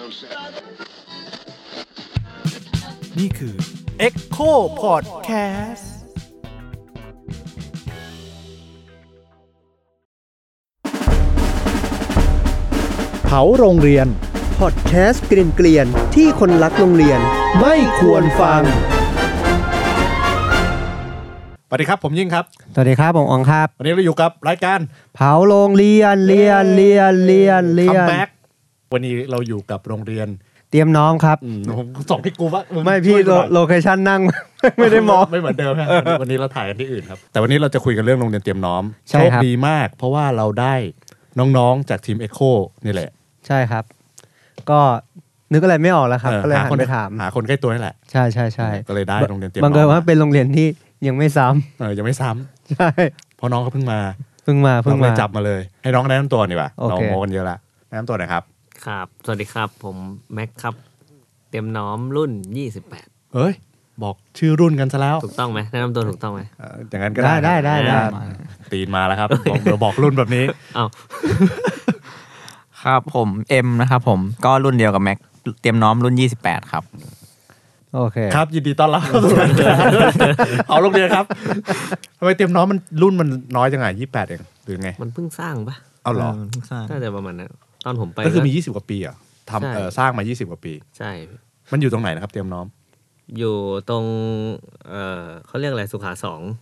นี่คือ Echo Podcastเผาโรงเรียนพอดแคสต์เกรียนๆที่คนรักโรงเรียนไม่ควรฟังสวัสดีครับผมยิ่งครับสวัสดีครับผมอองครับวันนี้เราอยู่กับรายการเผาโรงเรียนคัมแบ็กวันนี้เราอยู่กับโรงเรียนเตรียมน้อมครับผมส่งที่กูว่าไม่พี่โลเคชั่นนั่ง ไม่ได้มองไม่เหมือนเดิมฮะวันนี้เราถ่ายกันที่อื่นครับแต่วันนี้เราจะคุยกันเรื่องโรงเรียนเตรียมน้อมโชคดีมากเพราะว่าเราได้น้องๆจากทีม Echo นี่แหละใช่ครับก็นึกอะไรไม่ออกแล้วครับก็เลยหันไปถามหาคนใกล้ตัวนี่แหละใช่ก็เลยได้โรงเรียนเตรียมน้อมบังเอิญว่าเป็นโรงเรียนที่ยังไม่ซ้ำยังไม่ซ้ำใช่เพราะน้องเขาเพิ่งมาจับมาเลยให้น้องแนะนำตัวดีกว่าเราโมกันเยอะละแนะนำตัวหน่อยครับครับสวัสดีครับผมแม็กครับเตรียมน้อมรุ่น28 เฮ้ยบอกชื่อรุ่นกันซะแล้วถูกต้องไหมแนะนำตัวถูกต้องไหมอย่างนั้นก็ได้ตีนมาแล้วครับบอกรุ่นแบบนี้อ้าวครับผมเอ็มนะครับผมก็รุ่นเดียวกับแม็กเตรียมน้อมรุ่น28ครับโอเคครับยินดีต้อนรับเอาโรงเรียนครับทำไมเตรียมน้อมมันรุ่นมันน้อยจังไง28เองหรือไงมันเพิ่งสร้างปะเอาเหรอน่าจะประมาณนั้นตอนผมไปก็คือมี20กว่าปีอ่ะทำสร้างมา20กว่าปีใช่มันอยู่ตรงไหนนะครับเตรียมน้อมอยู่ตรงเขาเรียกอะไรสุขา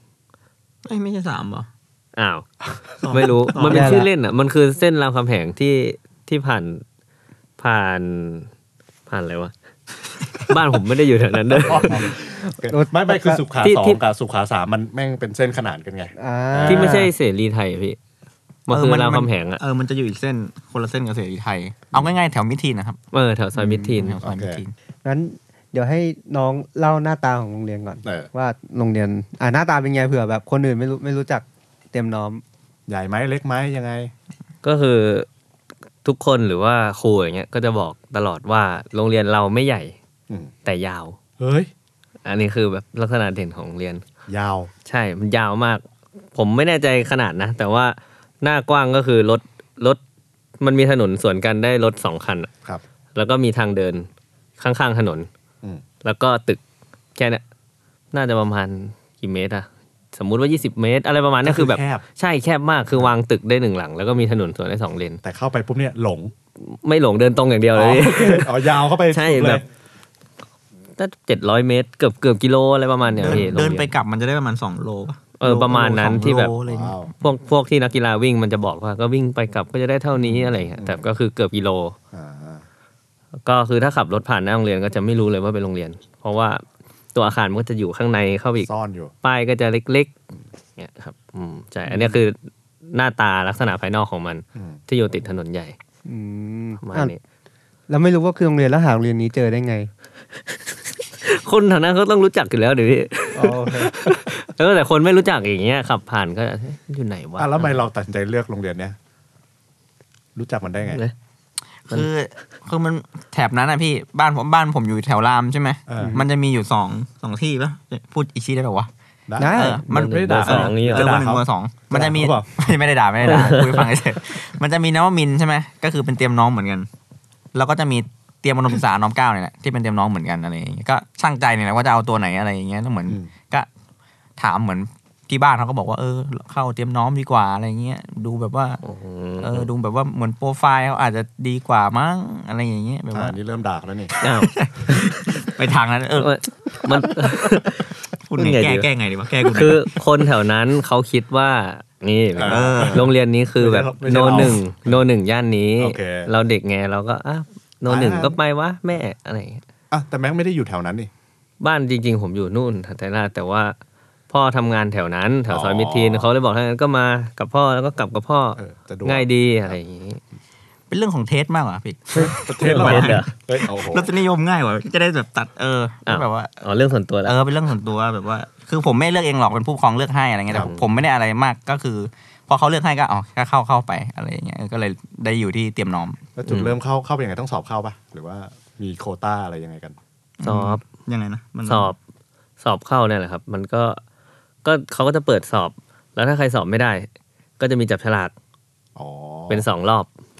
2 ไม่ใช่3เหรออ้าวไม่รู้มันเป็นชื่อเล่นอ่ะมันคือเส้นรามคำแหงที่ผ่านอะไรวะบ้านผมไม่ได้อยู่แถวนั้นเด้อไม่คือสุขา2กับสุขา3มันแม่งเป็นเส้นขนานกันไงที่ไม่ใช่เสรีไทยพี่มันคือรามคำแหงอ่ะมันจะอยู่อีกเส้นคนละเส้นกับเสรีไทยเอาง่ายๆแถวมิตรทีนนะครับแถวซอยมิตรทีนงั้นเดี๋ยวให้น้องเล่าหน้าตาของโรงเรียนก่อนว่าโรงเรียนหน้าตาเป็นไงเผื่อแบบคนอื่นไม่รู้จักเตรียมน้อมใหญ่ไหมเล็กไหมยังไงก็คือทุกคนหรือว่าครูอย่างเงี้ยก็จะบอกตลอดว่าโรงเรียนเราไม่ใหญ่แต่ยาวเฮ้ยอันนี้คือแบบลักษณะเด่นของโรงเรียนยาวใช่มันยาวมากผมไม่แน่ใจขนาดนะแต่ว่าหน้ากว้างก็คือรถมันมีถนนสวนกันได้รถ2คันครับแล้วก็มีทางเดินข้างๆถนนแล้วก็ตึกแค่นี้น่าจะประมาณกี่เมตรอะสมมุติว่า20เมตรอะไรประมาณนี้คือแบบใช่แคบมากคือวางตึกได้1หลังแล้วก็มีถนนสวนได้2เลนแต่เข้าไปปุ๊บเนี่ยหลงไม่หลงเดินตรงอย่างเดียวเลยยาวเข้าไปใช่แบบถ้า700เมตรเกือบกิโลอะไรประมาณเนี้ยพี่เดินไปกลับมันจะได้ประมาณ2โลป่ะประมาณนั้นที่แบบพวกที่นักกีฬาวิ่งมันจะบอกว่าก็วิ่งไปกลับก็จะได้เท่านี้อะไรอย่างเงี้ยแต่ก็คือเกือบกิโลก็คือถ้าขับรถผ่านหน้าโรงเรียนก็จะไม่รู้เลยว่าเป็นโรงเรียนเพราะว่าตัวอาคารมันก็จะอยู่ข้างในเข้าอีกซ่อนอยู่ป้ายก็จะเล็กๆเนี่ยครับใช่อันนี้คือหน้าตาลักษณะภายนอกของมันที่อยู่ติดถนนใหญ่ประมาณนี้แล้วไม่รู้ว่าคือโรงเรียนแล้วหาโรงเรียนนี้เจอได้ไงคนแถวนั้นเขาต้องรู้จักอยู่แล้วดิพี่แต่คนไม่รู้จักอย่างเงี้ยขับผ่านก็อยู่ไหนวะแล้วทำไมเราตัดสินใจเลือกโรงเรียนเนี้ยรู้จักมันได้ไงคือมันแถบนั้นนะพี่บ้านผมอยู่แถวรามใช่ไหมมันจะมีอยู่สองที่ป่ะพูดอีกที่ได้ป่าววะได้มันไม่ได้ด่า2นี้เบอร์ 1 เบอร์ 2มันจะมีไม่ได้ด่าคุยฟังเฉยมันจะมีนวมินทร์ใช่ไหมก็คือเป็นเตรียมน้องเหมือนกันแล้วก็จะมีเตรียมอุดมศึกษาน้อม 9เนี่ยแหละที่เป็นเตรียมน้องเหมือนกันอะไรอย่างเงี้ยก็ช่างใจเนี่ยแหละว่าจะเอาตัวไหนอะไรอย่างเงี้ยแล้วเหมือนก็ถามเหมือนที่บ้านเขาก็บอกว่าเข้าเตรียมน้อมดีกว่าอะไรเงี้ยดูแบบว่าดูแบบว่าเหมือนโปรไฟล์เขาอาจจะดีกว่ามั้งอะไรอย่างเงี้ยแบบว่านี่เริ่มด่าแล้วนี่ไปทางนั้นมันคุณแก้ไงดีวะแก้กูคือคนแถวนั้นเขาคิดว่านี่โรงเรียนนี้คือแบบโนหนึ่งย่านนี้เราเด็กไงเราก็โนหนึ่งก็ไปวะแม่อะไรแต่แม็กไม่ได้อยู่แถวนั้นนี่บ้านจริงๆผมอยู่นู่นแต่ว่าพ่อทำงานแถวนั้นแถวซอยมิตรทีนเขาเลยบอกถ้างั้นก็มากับพ่อแล้วก็กลับกับพ่อง่ายดีอะไรอย่างงี้เป็นเรื่องของเทสมากกว่าพี่เทสเหรอรสนิยมง่ายกว่าจะได้แบบตัดแบบว่าเรื่องส่วนตัวแล้วเป็นเรื่องส่วนตัวแบบว่าคือผมไม่เลือกเองหรอกเป็นผู้ปกครองเลือกให้อะไรเงี้ยแต่ผมไม่ได้อะไรมากก็คือพอเขาเลือกให้ก็เข้าไปอะไรอย่างเงี้ยก็เลยได้อยู่ที่เตรียมน้อมแล้วจุดเริ่มเข้าเป็นยังไงต้องสอบเข้าป่ะหรือว่ามีโควต้าอะไรยังไงกันสอบยังไงนะมันสอบเข้าเนี่ยแหละครับมันก็เขาก็จะเปิดสอบแล้วถ้าใครสอบไม่ได้ก็จะมีจับฉลากเป็น2รอบ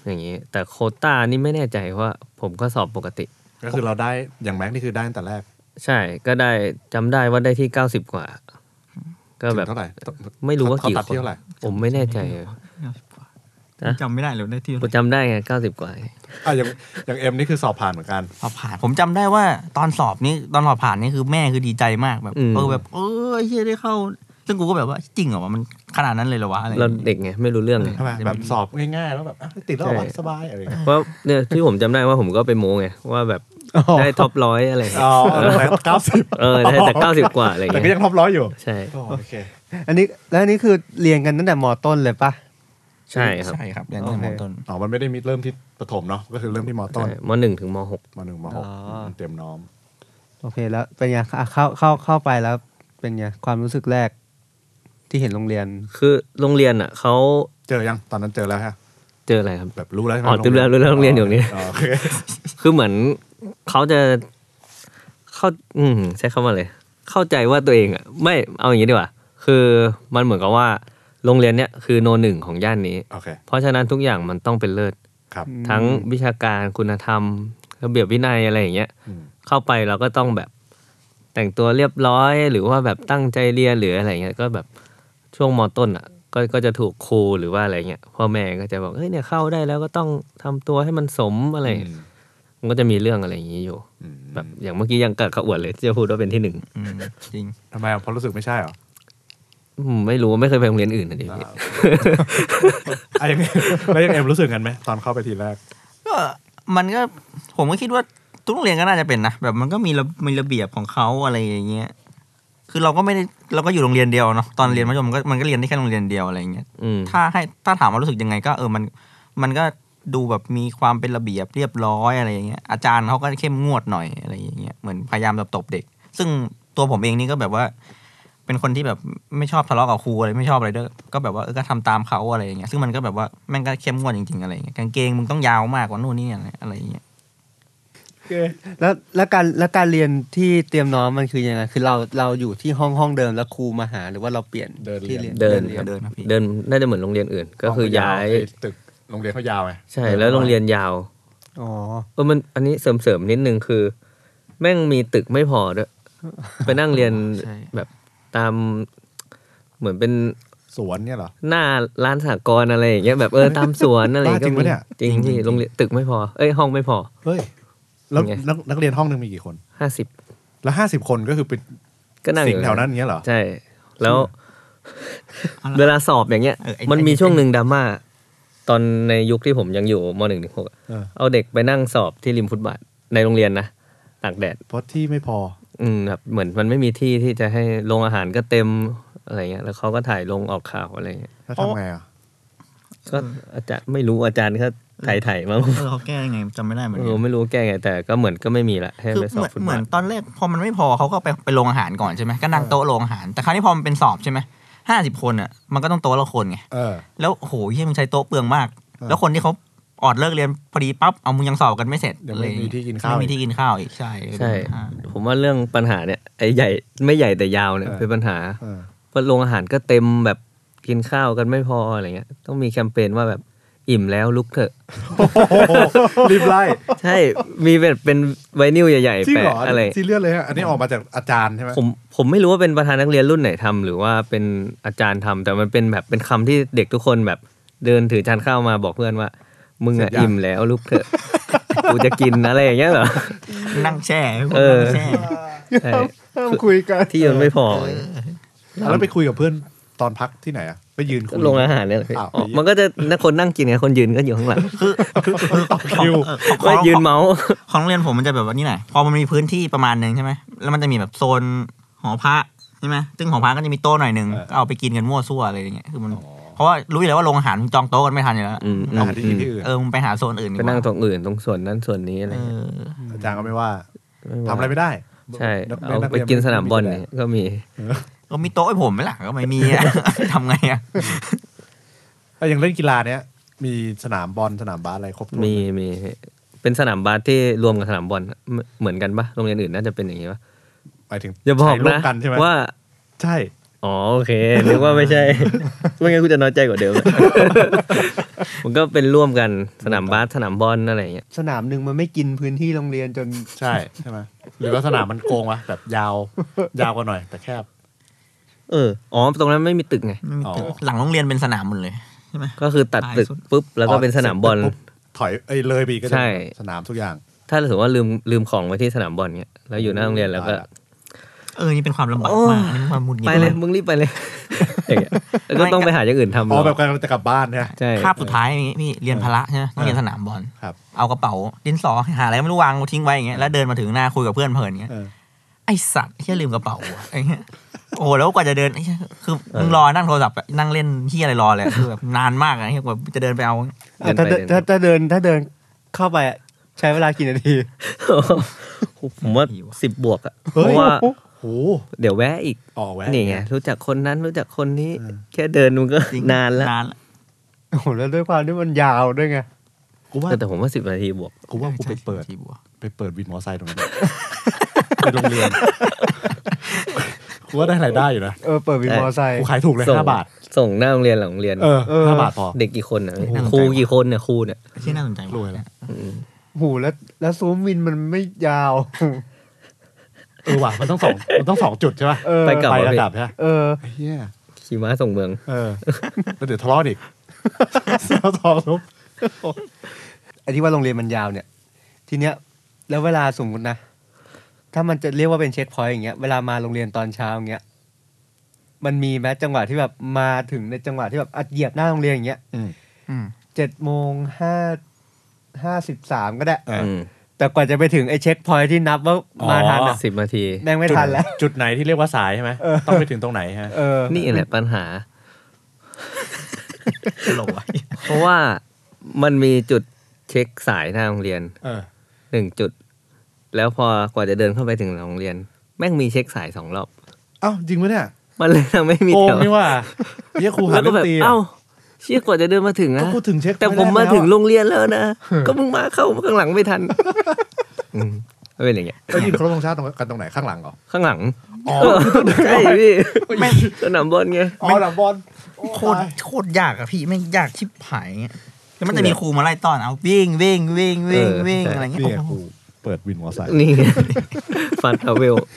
อย่างนี้ แต่โควต้านี่ไม่แน่ใจว่าผมก็สอบปกติก็คือเราได้อย่างแม็กนี่คือได้ตั้งแต่แรกใช่ก็ได้จำได้ว่าได้ที่90กว่าก็แบบเท่าไหร่ไม่รู้ว่ากี่ตัดคนเท่าไหร่ผมไม่แน่ใจจำไม่ได้เลยได้ที่ผมจำได้ไง90กว่าอย่างเอ็มนี่คือสอบผ่านเหมือนกันสอบผ่านผมจำได้ว่าตอนสอบผ่านนี่คือแม่คือดีใจมากแบบแบบเฮียได้เข้าซึ่งกูก็แบบว่าจริงเหรอวะมันขนาดนั้นเลยเหรอวะอะไรเราเด็กไงไม่รู้เรื่องไงทำไมแบบสอบง่ายๆแล้วแบบติดแล้ววะสบายอะไรอย่างเงี้ยเพราะเนี่ยที่ผมจำได้ว่าผมก็ไปโม้ไงว่าแบบได้ท็อปร้อยอะไรอ๋อแต่90 ได้แต่90กว่าอะไรแต่เงี้ยก็ยังท็อปร้อยอยู่ใช่โอเคอันนี้คือเรียนกันตั้งแต่ม.ต้นเลยปะใช่ครับใช่ครับเรียนตั้งแต่มต้นอ๋อมันไม่ได้มีเริ่มที่ประถมเนาะก็คือเริ่มที่มต้นใช่ม1ถึงม6 ม1ม6เตรียมน้อมโอเคแล้วเป็นไงเข้าไปแล้วเป็นไงความรู้สึกแรกที่เห็นโรงเรียนคือโรงเรียนอ่ะเขาเจอยังตอนนั้นเจอแล้วฮะเจออะไรครับแบบรู้แล้วใช่ไหมอ๋อรู้แล้วโรงเรียนอยู่นี่โอเคคือเหมือนเขาจะเข้าใช้คำว่าอะไรเข้าใจว่าตัวเองอ่ะไม่เอาอย่างนี้ดีกว่าคือมันเหมือนกับว่าโรงเรียนเนี้ยคือโนหนึ่งของย่านนี้โอเคเพราะฉะนั้นทุกอย่างมันต้องเป็นเลิศครับทั้งวิชาการคุณธรรมระเบียบวินัยอะไรอย่างเงี้ยอืมเข้าไปเราก็ต้องแบบแต่งตัวเรียบร้อยหรือว่าแบบตั้งใจเรียนหรืออะไรเงี้ยก็แบบช่วงม.ต้นอ่ะก็จะถูกครูหรือว่าอะไรเงี้ยพ่อแม่ก็จะบอกเฮ้ยเนี่ยเข้าได้แล้วก็ต้องทำตัวให้มันสมอะไร มันก็จะมีเรื่องอะไรอย่างนี้อยู่ แบบอย่างเมื่อกี้ยังกระอวดเลยที่จะพูดว่าเป็นที่1 จริงทำไมเพราะรู้สึกไม่ใช่เหรอไม่รู้ไม่เคยไปโรงเรียนอื่นนะดิพี่อ่ะยังแล้วยังเอ็มรู้สึกกันไหมตอนเข้าไปทีแรกก็มันก็ผมก็คิดว่าทุกโรงเรียนก็น่าจะเป็นนะแบบมันก็มีระเบียบของเขาอะไรอย่างเงี้ยคือเราก็อยู่โรงเรียนเดียวเนาะตอนเรียนมัธยมมันก็เรียนได้แค่โรงเรียนเดียวอะไรอย่างเงี้ยถ้าถามว่ารู้สึกยังไงก็มันก็ดูแบบมีความเป็นระเบียบเรียบร้อยอะไรอย่างเงี้ยอาจารย์เขาก็เข้มงวดหน่อยอะไรอย่างเงี้ยเหมือนพยายามแบบตบเด็ก ซึ่งตัวผมเองนี่ก็แบบว่าเป็นคนที่แบบไม่ชอบทะเลาะกับครูอะไรไม่ชอบอะไรด้วยก็แบบว่าก็ทำตามเขาอะไรอย่างเงี้ยซึ่งมันก็แบบว่าแม่งก็เข้มงวดจริงๆอะไรอย่างเงี้ยกางเกงมึงต้องยาวมากกว่านู่นนี่อะไรอย่างเงี้ยแล้วการเรียนที่เตรียมน้อมมันคือยังไงคือเราอยู่ที่ห้องเดิมแล้วครูมาหาหรือว่าเราเปลี่ยนที่เรียนเดินนะพี่เดินน่าจะเหมือนโรงเรียนอื่น ก็คือย้ายตึกโรงเรียนเขายาวไงใช่แล้วโรงเรียนยาวอ๋อมันอันนี้เสริมนิดนึงคือ แม่งมีตึกไม่พอด้วยไปนั่งเรียนแบบตามเหมือนเป็นสวนเนี่ยเหรอหน้าร้านสหกรณ์อะไรอย่างเงี้ยแบบตามสวนอะไรก็มีจริงที่โรงเรียนตึกไม่พอห้องไม่พอเฮ้ยแล้วนักเรียนห้องนึงมีกี่คน 50 แล้ว50 คนก็คือเป็นก็นั่งสิ่งแถวนั้นอย่างเงี้ยเหรอใช่แล้วเวลาสอบอย่างเงี้ยมันมีช่วงหนึ่งดราม่าตอนในยุคที่ผมยังอยู่ม.1 ถึง 6เอาเด็กไปนั่งสอบที่ริมฟุตบาทในโรงเรียนนะตากแดดเพราะที่ไม่พอแบบเหมือนมันไม่มีที่ที่จะให้โรงอาหารก็เต็มอะไรเงี้ยแล้วเขาก็ถ่ายลงออกข่าวอะไรเงี้ยแล้วทำไงอ่ะก็อาจารย์ไม่รู้อาจารย์เขาถ่ายมั้งเขาแก้ยังไงจำไม่ได้เหมือนกันไม่รู้แก้ไงแต่ก็เหมือนก็ไม่มีละให้คือไปสอบฟุตเหมืบาอนทตอนแรกพอมันไม่พอเขาก็ไปโรงอาหารก่อนใช่ไหมก็นั่งโต๊ะโรงอาหารแต่คราวนี้พอมันเป็นสอบใช่ไหม50 คนอ่ะมันก็ต้องโต๊ะละคนไงแล้วโอ้โหเฮียมึงใช้โต๊ะเปลืองมาก แล้วคนที่เขาออดเลิกเรียนพอดีปั๊บเอามึงยังสอบกันไม่เสร็จยังไม่มีที่กินข้าวไม่มีที่กินข้าวอีกใช่ผมว่าเรื่องปัญหาเนี่ยไอ้ใหญ่ไม่ใหญ่แต่ยาวเนี่ยเป็นปัญหาเพราะโรงอาหารก็เต็มแบบกินข้าวกันไม่พออะไรเงี้ยต้องมีแคมเปญว่าแบบอิ่มแล้วลุกเถอะรีบไล่ใช่มีแบบเป็นไวนิลใหญ่ๆแปะอะไรซีเรียสเลยฮะอันนี้ออกมาจากอาจารย์ใช่ไหมผมไม่รู้ว่าเป็นประธานนักเรียนรุ่นไหนทำหรือว่าเป็นอาจารย์ทำแต่มันเป็นแบบเป็นคำที่เด็กทุกคนแบบเดินถือจานข้าวมาบอกเพื่อนว่ามึงอ่ะอิ่มแล้วลุกเถอะกูจะกินอะไรอย่างเงี้ยเหรอนั่งแช่แช่ใช่คุยกันที่มันไม่พอแล้วไปคุยกับเพื่อนตอนพักที่ไหนอ่ะไปยืนคุยโรงอาหารเนี่ยมันก็จะคนนั่งกินไงคนยืนก็อยู่ข้างหลังต่อคิวก็ยืนเมาส์ของโรงเรียนผมมันจะแบบว่านี่หน่อยพอมันมีพื้นที่ประมาณนึงใช่ไหมแล้วมันจะมีแบบโซนหอพระใช่ไหมซึ่งหอพระก็จะมีโต๊ะหน่อยนึงก็เอาไปกินกันมั่วซั่วอะไรอย่างเงี้ยคือมันเพราะว่ารู้อยู่แล้วว่าโรงอาหารจองโต๊ะกันไม่ทันอยู่แล้วอาหารที่กินที่อื่นมึงไปหาโซนอื่นไปนั่งตรงอื่นตรงส่วนนั้นส่วนนี้อะไรอาจารย์ก็ไม่ว่าทำอะไรไม่ได้ใช่เอาไปกินสนามบอลเนี่ยก็มีก็มีโต๊ะให้ผมไหมล่ะก็ไม่มี ทำไงอ่ะอย่างเล่นกีฬาเนี้ยมีสนามบอลสนามบาสอะไรครบถ้วนมีเป็นสนามบาสที่รวมกับสนามบอลเหมือนกันปะโรงเรียนอื่นน่าจะเป็นอย่างนี้ปะหมายถึงอย่าบอกใช้ร่วนะมกันใช่ไหมว่าใช่อ๋อโอเคนึกว่าไม่ใช่ ไม่งั้นกูจะน้อยใจกว่าเดิม มันก็เป็นร่วมกันสนามบาสสนามบอลอะไรอย่างเงี้ยสนามหนึ่งมันไม่กินพื้นที่โรงเรียนจนใช่ไหมหรือว่าสนามมันโกงวะแบบยาวยาวกว่าหน่อยแต่แคบอ๋อตรงนั้นไม่มีตึกไงไม่มีตึกหลังโรงเรียนเป็นสนามหมดเลยใช่ไหมก็คือตัดตึกปุ๊บแล้วก็เป็นสนามบอลถอยเลยไปอีกก็ใช่สนามทุกอย่างถ้าสมมติว่าลืมของไว้ที่สนามบอลเงี้ยแล้วอยู่หน้าโรงเรียนแล้วก็นี่เป็นความลำบากมากนี่เป็นความหงุดหงิดไปเลยมึงรีบไปเลยอย่างเงี้ยแล้วก็ต้องไปหาอย่างอื่นทำแบบกำลังจะกลับบ้านเนี่ยใช่คาบสุดท้ายพี่เรียนพละใช่ไหมต้องเรียนสนามบอลครับเอากระเป๋าดินสอหาอะไรไม่รู้วางทิ้งไว้อย่างเงี้ยแล้วเดินมาถึงหน้าคุยกับเพื่อนเพลินอย่างเงี้ยไอสัตว์ที่ลืมกระเป๋าไอ้เงี้ยโอ้แล้วกว่าจะเดินคือมึงรอนั่งโทรศัพท์นั่งเล่นที่อะไรรอเลยคือแบบนานมากอะกว่าจะเดินไปเอาถ้าเดินเข้าไปใช้เวลากี่นาทีผมว่า10 บวกอ่ะเพราะว่าเดี๋ยวแวะอีกนี่ไงรู้จักคนนั้นรู้จักคนนี้แค่เดินมันก็นานแล้วโอ้โหแล้วด้วยความที่มันยาวด้วยไงแต่ผมว่า10 นาทีบวกกูว่ากูไปเปิดวินมอไซค์ตรงนั้นในโรงเรียนกูว่าได้รายได้อยู่นะเปิดวินมอไซค์กูขายถูกเลย5 บาทส่งหน้าโรงเรียนหลังโรงเรียน 5 บาทพอเด็กกี่คนอ่ะครูกี่คนเนี่ยครูเนี่ยที่น่าสนใจรวยแล้วโหแล้วซูมวินมันไม่ยาวว่ะมันต้อง2 จุดใช่ป่ะไปกลับใช่เฮียขี่ม้าส่งเมืองแล้วเดี๋ยวทะเลาะอีกทะเลาะไอ้ที่ว่าโรงเรียนมันยาวเนี่ยทีเนี้ยแล้วเวลาสมมตินะถ้ามันจะเรียกว่าเป็นเช็คพอยต์อย่างเงี้ยเวลามาโรงเรียนตอนเช้าอย่างเงี้ยมันมีไหมจังหวะที่แบบมาถึงในจังหวะที่แบบเหยียบหน้าโรงเรียนอย่างเงี้ย7:53ก็ได้แต่กว่าจะไปถึงไอ้เช็คพอยท์ที่นับว่ามาทัน 10 นาทีแม่งไม่ทันแล้วจุดไหนที่เรียกว่าสายใช่ไหมต้องไปถึงตรงไหนฮะนี่แหละปัญหาเพราะว่ามันมีจุดเช็คสายหน้าโรงเรียน1 จุดแล้วพอกว่าจะเดินเข้าไปถึงโรงเรียนแม่งมีเช็คสาย2 รอบจริงไหมเนี่ยมันเลยทำไม่มีแถวนี่ว่าเรียกครูหาเรื่องตีเชี่ยกว่าจะเดินมาถึงนะก็ถึงเช็คแต่ผมมาถึงโรงเรียนแล้วนะก็มึงมาเข้าข้างหลังไม่ทันไม่เป็นอย่างเงี้ยแล้วยืนเคารพธงชาติกันตรงไหนข้างหลังเหรอข้างหลังใช่พี่สนามบอลไงสนามบอลโคตรยากอะพี่ไม่ยากชิบหายแล้วมันจะมีครูมาไล่ต้อนเอาวิ่งอะไรเงี้ยครูเปิดวินมอไซค์นี่ฟันทาวเวล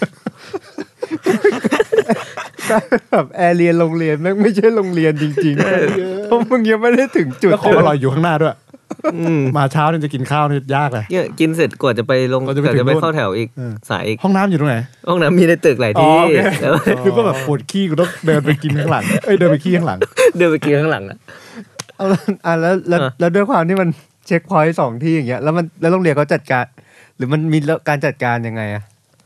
แบบแอร์เรียนโรงเรียนไม่ใช่โรงเรียนจริงๆเพราะมึงยังไม่ได้ถึงจุดแล้วของอร่อยอยู่ข้างหน้าด้วยมาเช้าเนี่ยจะกินข้าวนี่ยากเลยเนี่ยกินเสร็จกว่าจะไปลงกว่าจะไปเข้าแถวอีกสายอีกห้องน้ำอยู่ตรงไหนห้องน้ำมีในตึกหลายที่คือก็แบบปวดขี้กูต้องเดินไปกินข้างหลังเดินไปขี้ข้างหลังเดินไปกินข้างหลังอ่ะแล้วด้วยความที่มันเช็คพอยต์2 ที่อย่างเงี้ยแล้วโรงเรียนเขาจัดการหรือมันมีการจัดการยังไงอะ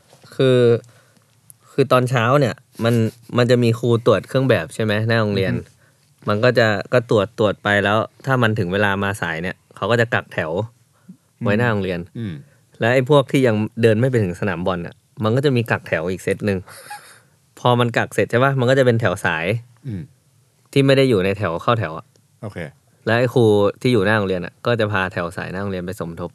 คือตอนเช้าเนี่ยมันจะมีครูตรวจเครื่องแบบใช่ไหมหน้าโรงเรียนมันก็ตรวจไปแล้วถ้ามันถึงเวลามาสายเนี่ยเขาก็จะกักแถวไว้หน้าโรงเรียนแล้วไอ้พวกที่ยังเดินไม่ไปถึงสนามบอลอ่ะมันก็จะมีกักแถวอีกเซตนึงพอมันกักเสร็จใช่ป่ะมันก็จะเป็นแถวสายที่ไม่ได้อยู่ในแถวเข้าแถวอ่ะโอเคแล้วไอ้ครูที่อยู่หน้าโรงเรียนอ่ะก็จะพาแถวสายหน้าโรงเรียนไปสมทบ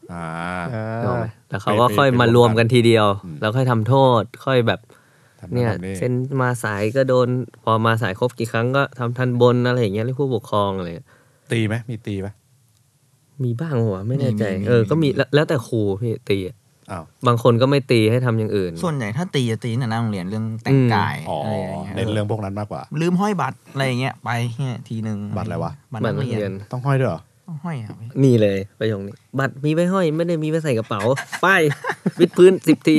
แล้วเขาก็ค่อยมารวมกันทีเดียวแล้วค่อยทำโทษค่อยแบบเนี่ยเซ็นมาสายก็โดนพอมาสายครบกี่ครั้งก็ทำทันบนอะไรอย่างเงี้ยเรียกผู้ปกครองอะไรตีไหมมีตีไหมมีบ้างวะไม่แน่ใจก็มีแล้วแต่ครูพี่ตีบางคนก็ไม่ตีให้ทำอย่างอื่นส่วนใหญ่ถ้าตีจะตีในหน้าโรงเรียนเรื่องแต่งกายอะไรอย่างเงี้ยในเรื่องพวกนั้นมากกว่าลืมห้อยบัตรอะไรอย่างเงี้ยไปเนี่ยทีนึงบัตรอะไรวะบัตรนักเรียนต้องห้อยด้วยเหรอต้องห้อยครับนี่เลยประโยคนี้บัตรมีไว้ห้อยไม่ได้มีไว้ใส่กระเป๋าป้ายวิดพื้น10 ที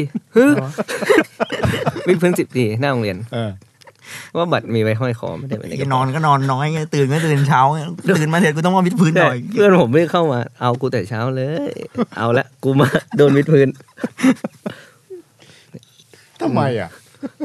วิดพื้น10 ทีหน้าโรงเรียนว่าบัตรมีไว้ห้อยคอไม่ได้ไปนอนก็นอนน้อยตื่นก็ตื่นเช้าตื่นมาเสร็จกูต้องมาวิดพื้นหน่อยเพื่อนผมไม่เข้ามาเอากูแต่เช้าเลยเอาละกูมาโดนวิดพื้นทำไมอ่ะ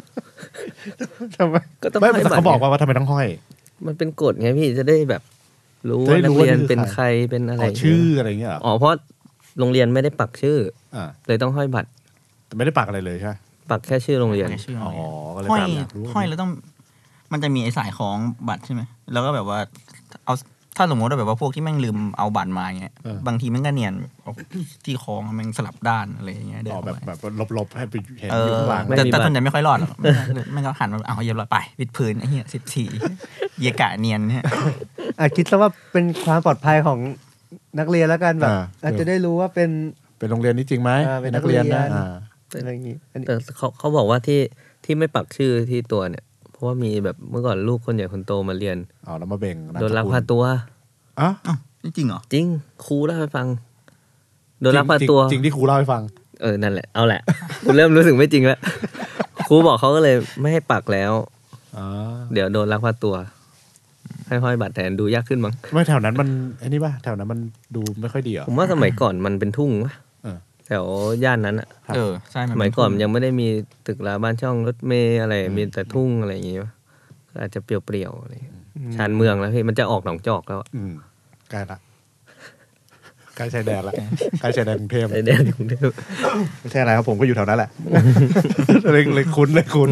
ก็ต้องให้บัตรเขาบอกว่าทำไมต้องห้อยมันเป็นกฎไงพี่จะได้แบบรู้ว่านักเรียนเป็นใครเป็นอะไรชื่ออะไรเงี้ยเพราะโรงเรียนไม่ได้ปักชื่อเลยต้องห้อยบัตรแต่ไม่ได้ปักอะไรเลยใช่ปักแค่ชื่อโรงเรียนห้อยแล้วต้องมันจะมีไอ้สายของบัตรใช่ไหมแล้วก็แบบว่าเอาถ้าสมมติว่าแบบว่าพวกที่แม่งลืมเอาบัตรมาเงี้ยบางทีแม่งก็เนียนเอาที่คล้องแม่งสลับด้านอะไรอย่างเงี้ยเดินแบบลบๆให้ไปเห็นเออยู่อข้างหลังแต่ส่วนใหญ่ไม่ค่อยรอดหรอกแม่งก็หันมาเอาเยียบร้อยไปวิดพื้นไอ้เหี้ย14เยกะเนียนเนี่ยคิดซะว่าเป็นความปลอดภัยของนักเรียนแล้วกันแบบอาจจะได้รู้ว่าเป็นเป็นโรงเรียนนี้จริงไหมเป็นนักเรียนนะนักเรียน อะไรอย่างงี้อันนี้แต่เขาบอกว่าที่ไม่ปักชื่อที่ตัวเนี่ย เพราะว่ามีแบบเมื่อก่อนลูกคนใหญ่คนโตมาเรียนเอาแล้วมาเบ่งโดนลักพาตัวอ่ะจริงเหรอจริงครูเล่าให้ฟัง โดนลักพาตัวจริงที่ครูเล่าให้ฟังนั่นแหละเอาแหละกูเริ่มรู้สึกไม่จริงแล้วครูบอกเขาก็เลยไม่ให้ปักแล้ว เดี๋ยวโดนลักพาตัว ให้ห้อยบัตรแทนดูยากขึ้นมั้งไม่แถวนั้นมันไอ้นี่ป่ะแถวนั้นมันดูไม่ค่อยดีเหรอผมว่าสมัยก่อนมันเป็นทุ่งปะเออแถวย่านนั้นอะใช่สมัยก่อนมันยังไม่ได้มีตึกราบ้านช่องรถเมล์อะไรมีแต่ทุ่งอะไรอย่างงี้ปะอาจจะเปรี่ยวๆอะไรชานเมืองแล้วพี่มันจะออกหนองจอกแล้วอะใกล้ละใกล้ชายแดนละใกล้ชายแดนกรุงเทพไอเดียกรุงเทพไม่ใช่อะไรครับผมก็อยู่แถวนั้นแหละเลยคุ้นเลยคุ้น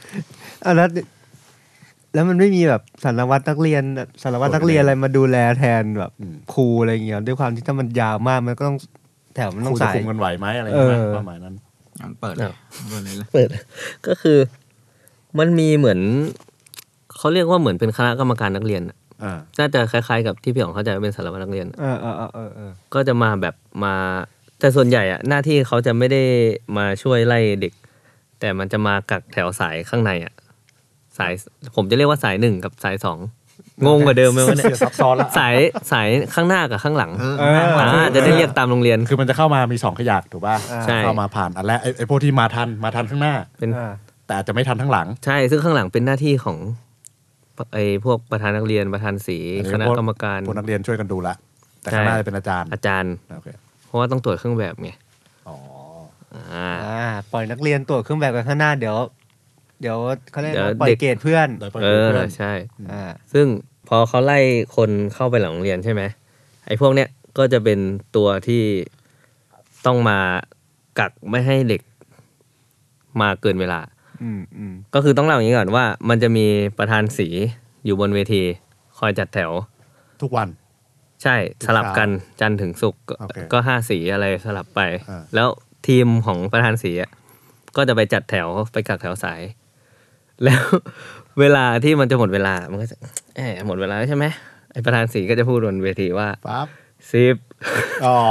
แล้วมันไม่มีแบบสารวัตรนักเรียนอะไรมาดูแลแทนแบบครูอะไรอย่างเงี้ยด้วยความที่ถ้ามันยาวมากมันก็ต้องแถวมันคต้รูองจะสายคุมกันไหวไหมอะไรอย่างเงี้ยประมาณนั้นเปิดเลยเลยเปิดก็คือมันมีเหมือนเขาเรียกว่าเหมือนเป็นคณะกรรมการนักเรียนอะน่าจะคล้ายๆกับที่พี่อ๋องเข้าใจว่าเป็นสารวัตรนักเรียน ก็จะมาแบบมาแต่ส่วนใหญ่อะหน้าที่เขาจะไม่ได้มาช่วยไล่เด็ก แต่มันจะมากักแถวสายข้างในอะสายผมจะเรียกว่าสาย1กับสาย2งงกว่าเดิมไหมวะเนี่ยซับซ้อนละสายข้างหน้ากับข้างหลังจะได้เรียกตามโรงเรียนคือมันจะเข้ามามี2ขยักถูกป่ะใช่เข้ามาผ่านอันแรกไอ้พวกที่มาทันข้างหน้าเป็นแต่อาจจะไม่ทันข้างหลังใช่ซึ่งข้างหลังเป็นหน้าที่ของไอ้พวกประธานนักเรียนประธานสีคณะกรรมการพวกนักเรียนช่วยกันดูละแต่ข้างหน้าจะเป็นอาจารย์อาจารย์โอเคเพราะว่าต้องตรวจเครื่องแบบไงอ๋อปล่อยนักเรียนตรวจเครื่องแบบกันข้างหน้าเดี๋ยวเขาเรียกว่าปล่อเด็ยกเกรดเพื่อนโดยปล่อยเพื่อนใช่อ่าซึ่งพอเขาไล่คนเข้าไปหลังโรงเรียนใช่ไหมไอ้พวกเนี้ยก็จะเป็นตัวที่ต้องมากักไม่ให้เด็กมาเกินเวลา ก็คือต้องเล่าอย่างนี้ก่อนว่า มันจะมีประธานสีอยู่บนเวที คอยจัดแถวทุกวันใช่สลับกันจันทร์ถึงศุกร์โอเคก็5สีอะไรสลับไปอ่าแล้วทีมของประธานสีอะก็จะไปจัดแถวไปกักแถวสาย แล้ว เวลาที่มันจะหมดเวลามันก็จะหมดเวลาแล้วใช่ไหมไอประธานสีก็จะพูดบนเวทีว่าปั๊บ 10 อ๋อ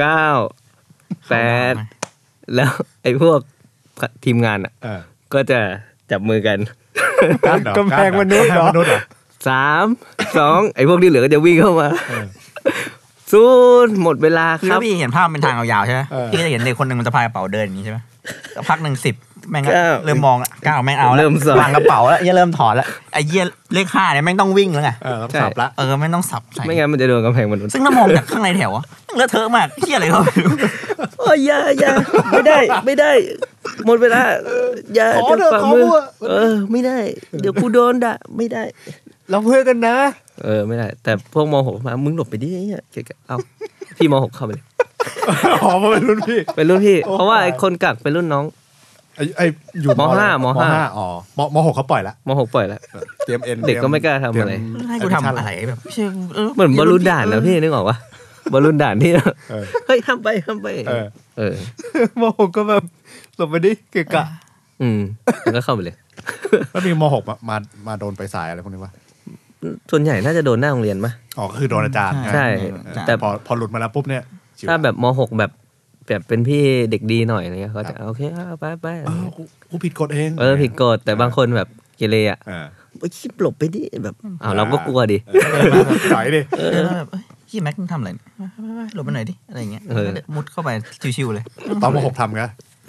9 8 แล้วไอพวกทีมงานอ่ะ ก็จะจับมือกันกำแพงมนุษย์เหรอ 3 2 ไอพวกที่เหลือก็จะวิ่งเข้ามาศูนย์หมดเวลาคือครับพี่เห็นภาพเป็นทางยาวๆใช่ไหมพี่ก็จะเห็นเด็กคนหนึ่งมันจะพายกระเป๋าเดินอย่างนี้ใช่ไหมสักพักหนึ่ง10แม่งก็เริ่มมองละ9แม่งเอาแล้วเริ่มสอนวางกระเป๋าแล้วเริ่มถอดแล้วไอ้เหี้ยเลข5เนี่ยแม่งต้องวิ่งแล้วไงต้องสับละแม่งต้องสับใส่ไม่งั้นมันจะโดนกำแพงมนุษย์ซึ่งถ้ามองจากข้างในแถวอะเลอะเทอะมากเหี้ยอะไรก็ไม่รู้โอ้ยอย่าไม่ได้ หมดเวลาอย่าขอเถอะฝ่าขอมือเถอะไม่ได้ เดี๋ยวกูโดนด่าไม่ได้เราเพื่อนกันนะไม่ได้ แต่พวกม.6 มามึงหลบไปดิเนี่ยเอาพี่ม.6 เข้าไปเลยอ๋อมาเป็นรุ่นพี่เป็นรุ่นพี่ เพราะว่าไอ้คนกักเป็นรุ่นน้องไอ้อยู่มห้าอ๋อม6เขาปล่อยละม.6 ปล่อยแล้วเตรียมเอ็นเด็กก็ไม่กล้าทำอะไรให้กูทำอะไรแบบไม่ใช่เหมือนบอลลูนด่านนะพี่นึกออกปะบอลลูนด่านที่เฮ้ยทำไปโมโหก็แบบหลบไปดิเกะกะมันก็เข้าไปเลยแล้วมีม6มาโดนไปสายอะไรพวกนี้วะส่วนใหญ่น่าจะโดนหน้าโรงเรียนปะอ๋อคือโดนอาจารย์ใช่แต่พอหลุดมาแล้วปุ๊บเนี่ยถ้าแบบม.6 แบบเป็นพี่เด็กดีหน่อยอะไรเงี้ยเขาจะโอเคไปกูผิดกฎเองผิดกฎแต่บางคนแบบเกเรอ่ะไปคิดหลบไปดิแบบเราก็กลัวดิถอยดิแบบพี่แม็กซ์มึงทำอะไรหลบไปหน่อยดิอะไรเงี้ยมุดเข้าไปชิวๆเลยตอนม6ทำไง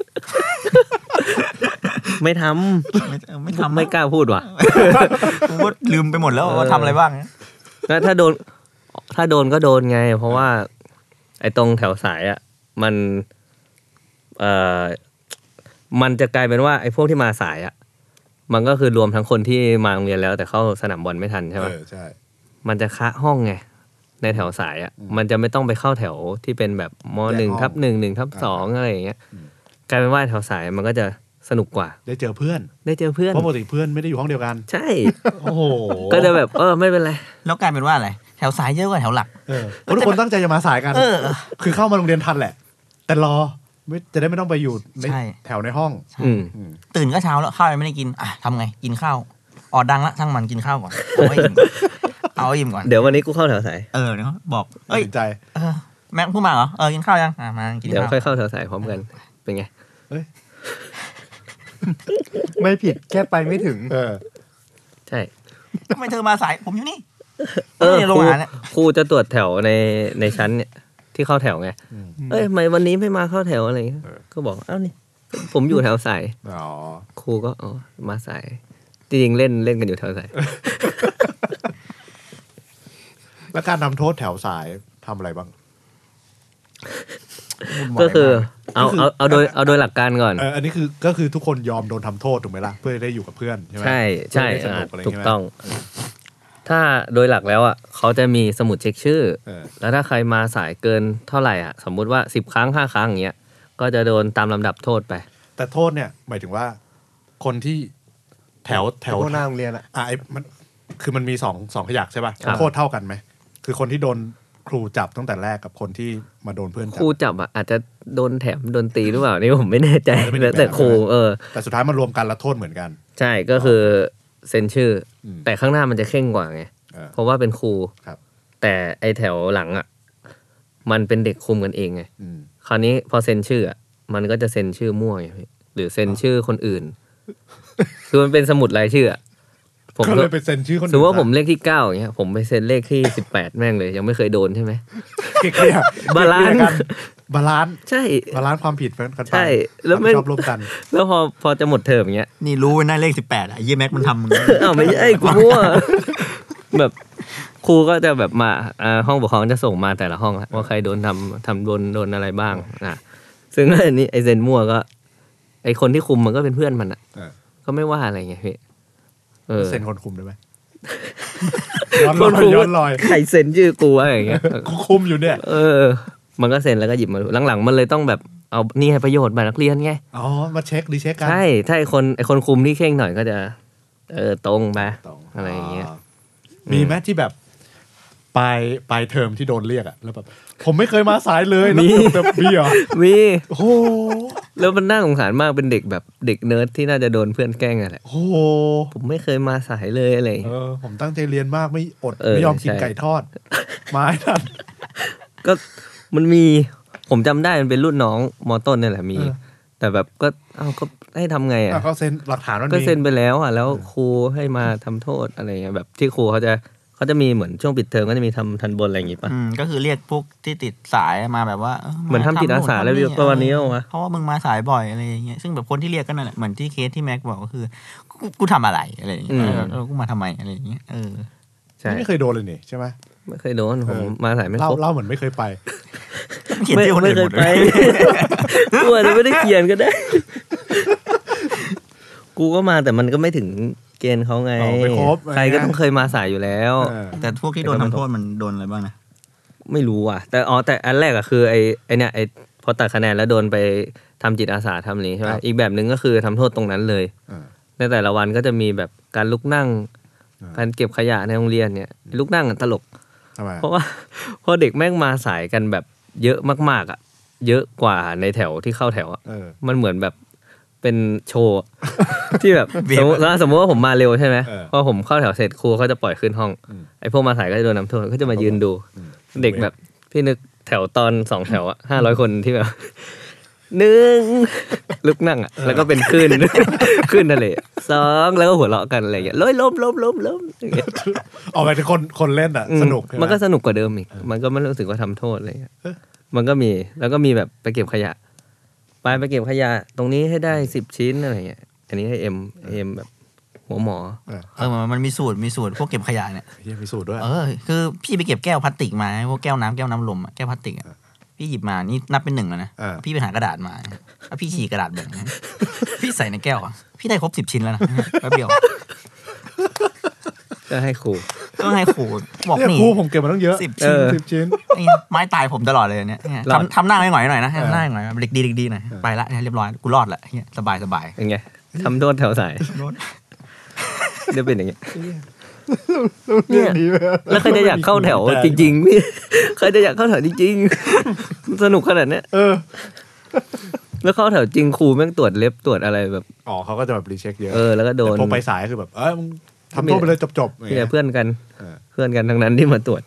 ไม่ทำไม่กล้าพูดว่ะกูก็ลืมไปหมดแล้วว่าทำอะไรบ้างก็ถ้าโดนก็โดนไง เพราะว่าไอ้ตรงแถวสายอ่ะมันจะกลายเป็นว่าไอ้พวกที่มาสายอ่ะมันก็คือรวมทั้งคนที่มาโรงเรียนแล้วแต่เข้าสนามบอลไม่ทันใช่ไหมใช่มันจะคะห้องไงในแถวสายอ่ะมันจะไม่ต้องไปเข้าแถวที่เป็นแบบม.1/1 1/2อะไรอย่างเงี้ยกลายเป็นว่าแถวสายมันก็จะสนุกกว่าได้เจอเพื่อนเพราะปกติเพื่อนไม่ได้อยู่ห้องเดียวกันใช่โอ้โหก็จะแบบไม่เป็นไรแล้วกลายเป็นว่าอะไรแถถวสายเยอะกว่าแถวหลักทุกคนตั้งใจจะมาสายกันเออคือเข้ามาโรงเรียนทันแหละ แต่รอไม่จะได้ไม่ต้องไปอยู่ในใช่แถวในห้องตื่นก็เช้าแล้วข้าวยังไม่ได้กินทำไงกินข้าวดังละช่างมันกินข้าวก่อนเอาให้อิ่มก่อนเดี๋ยววันนี้กูเข้าแถวสายเดี๋ยวบอกตัดสินใจแม็กพูดมาเหรอกินข้าวยังมากินเดี๋ยวข้าวค่อยเข้าแถวสายพร้อมกันเป็นไงไม่ผิดแค่ไปไม่ถึงใช่ทำไมเธอมาสายผมอยู่นี่คโรงรูอาหารเนี่ยครูจะตรวจแถวในชั้นเนี่ยที่เข้าแถวไงทำไมวันนี้ไม่มาเข้าแถวอะไรเงี้ยก็บอกอ้าวนี่ผมอยู่แถวสายครูก็มาสายจริงๆเล่นกันอยู่แถวสายแล้วการทำโทษแถวสายทำอะไรบ้างก็คือเอาโดยหลักการก่อนอันนี้ก็คือทุกคนยอมโดนทำโทษถูกไหมล่ะเพื่อได้อยู่กับเพื่อนใช่ไหมใช่ถูกต้อง ถ้าโดยหลักแล้วเขาจะมีสมุดเช็คชื่อแล้วถ้าใครมาสายเกินเท่าไหร่สมมุติว่า10 ครั้ง5 ครั้งอย่างเงี้ยก็จะโดนตามลำดับโทษไปแต่โทษเนี่ยหมายถึงว่าคนที่แถวหน้าโรงเรียนมันคือมันมีสองขยักใช่ป่ะโทษเท่ากันไหมคือคนที่โดนครูจับตั้งแต่แรกกับคนที่มาโดนเพื่อนจับครูจับอาจจะโดนแถมโดนตีหรือเปล่านี่ผมไม่แน่ใจแต่ครูแต่สุดท้ายมันรวมกันแล้วโทษเหมือนกันใช่ก็คือเซ็นชื่อแต่ข้างหน้ามันจะเข่งกว่าไงเพราะว่าเป็นครูแต่ไอแถวหลังมันเป็นเด็กคุมกันเองไงคราวนี้พอเซ็นชื่อมันก็จะเซ็นชื่อมั่วไงหรือเซ็นชื่อคนอื่นคือมันเป็นสมุดรายชื่อผมก็เลยไปเซ็นชื่อคนอื่นสมมติว่าผมเลขที่9อย่างเงี้ยผมไปเซ็นเลขที่18แม่งเลยยังไม่เคยโดนใช่ไหมบาลานซ์ใช่บาลานซ์ความผิดกันไปใช่แล้วไม่ชอบร่วมกันแล้วพอจะหมดเทอมอย่างเงี้ยนี่รู้นะเลข18ยี่แม็กมันทำมึงไม่ใช่กูมั่วแบบครูก็จะแบบมาห้องปกครองจะส่งมาแต่ละห้องว่าใครโดนทำโดนอะไรบ้างซึ่งอันนี้ไอเซนมั่วก็ไอคนที่คุมมันก็เป็นเพื่อนมันก็ไม่ว่าอะไรไงพี่เซ็นคนคุมได้ไหมย้อนลอยใครเซ็นชื่อกูอะไรอย่างเงี้ยคุมอยู่เนี่ยมันก็เซ็นแล้วก็หยิบมาดูหลังๆมันเลยต้องแบบเอานี่ให้ประโยชน์บัตรนักเรียนไงมาเช็คดีเช็คกันใช่ถ้าไอคนคุมที่เข่งหน่อยก็จะตรงไปอะไรอย่างเงี้ยมีไหมที่แบบปลายเทอมที่โดนเรียกแล้วแบบผมไม่เคยมาสายเลยมีเหรอมีโอ้แล้วมันน่าสงสารมากเป็นเด็กแบบเด็กเนิร์ดที่น่าจะโดนเพื่อนแกล้งอะไรโอ้ผมไม่เคยมาสายเลยอะไรผมตั้งใจเรียนมากไม่อดไม่ยอมกินไก่ทอดมาให้ทันก็มันมีผมจำได้มันเป็นรุ่นน้องม.ต้นนี่แหละมีแต่แบบก็ก็ให้ทำไงก็เซ็นหลักฐานก็เซ็นไปแล้วแล้วครูให้มาทำโทษอะไรเงี้ยแบบที่ครูเขาจะมีเหมือนช่วงปิดเทอมก็จะมีทำทันบนอะไรอย่างงี้ป่ะก็คือเรียกพวกที่ติดสายมาแบบว่าเหมือนทำจิตอาสาอะไรประมาณนี้วะเพราะว่ามึงมาสายบ่อยอะไรอย่างเงี้ยซึ่งแบบคนที่เรียกก็นั่นแหละเหมือนที่เคสที่แม็กบอกก็คือกูทำอะไรอะไรอย่างเงี้ยกูมาทำไมอะไรอย่างเงี้ยใช่ไม่เคยโดนเลยนี่ใช่ไหมไม่เคยโดนผมมาสายไม่ครบเล่าเหมือนไม่เคยไปไม่เคยไปกูอาจจะไม่ได้เขียนก็ได้กูก็มาแต่มันก็ไม่ถึงเกณฑ์เขาไงใครก็ต้องเคยมาสายอยู่แล้วแต่พวกที่โดนทำโทษมันโดนอะไรบ้างนะไม่รู้อ่ะแต่อันแรกคือไอเนี่ยพอตัดคะแนนแล้วโดนไปทำจิตอาสาทำนี้ใช่ไหมอีกแบบหนึ่งก็คือทำโทษตรงนั้นเลยในแต่ละวันก็จะมีแบบการลุกนั่งการเก็บขยะในโรงเรียนเนี่ยลุกนั่งตลกเพราะว่าพอเด็กแม่งมาสายกันแบบเยอะมากๆอ่ะเยอะกว่าในแถวที่เข้าแถวอ่ะมันเหมือนแบบเป็นโชว์ที่แบบสมมติว่าผมมาเร็วใช่ไหมพอผมเข้าแถวเสร็จครูเขาจะปล่อยขึ้นห้องไอ้พวกมาสายก็จะโดนน้ำโทษก็จะมายืนดูเด็กแบบพี่นึกแถวตอน2แถว500 คนที่แบบ1ลุกนั่งแล้วก็เป็นขึ้นอะไร2แล้วก็หัวเราะกันอะไรอย่างเงี้ยล้มอย่างเงี้ยออกไปที่คนเล่นสนุกมันก็สนุกกว่าเดิมอีกมันก็ไม่รู้สึกว่าทำโทษอะไรอย่างเงี้ยมันก็มีแล้วก็มีแบบไปเก็บขยะไปเก็บขยะตรงนี้ให้ได้10 ชิ้นอะไรเงี้ยอันนี้ให้เอ็มแบบหมอมันมีสูตรพวกเก็บขยะเนี่ยมีสูตรด้วยคือพี่ไปเก็บแก้วพลาสติกมาพวกแก้วน้ำลมแก้วพลาสติกพี่หยิบมานี่นับเป็น1แล้วนะพี่ไปหากระดาษมาแล้วพี่ฉีกกระดาษแบ่งพี่ใส่ในแก้วพี่ได้ครบ10 ชิ้นแล้วนะแป๊บเดียวก็ให้ครูบอกนี่ครูผมเก็บมาตั้งเยอะ10 ชิ้นไม้ตายผมตลอดเลยเนี่ยทำหน้าหน่อยนะหน้าหน่อยเด็กดีหน่อยไปละเรียบร้อยกูรอดละสบายเป็นไงทำโทษแถวสายเดี๋ยวเป็นอย่างเงี้ยเนี่ยแล้วใครจะอยากเข้าแถวจริงๆพี่ใครจะอยากเข้าแถวจริงๆสนุกขนาดเนี้ยแล้วเข้าแถวจริงครูแม่งตรวจเล็บตรวจอะไรแบบอ๋อเขาก็จะแบบรีเช็คเยอะแล้วก็โดนพอไปสายคือแบบมึงทำโทษไปเลยจบๆเนี่ยเพื่อนกันทั้งนั้นที่มาตรวจ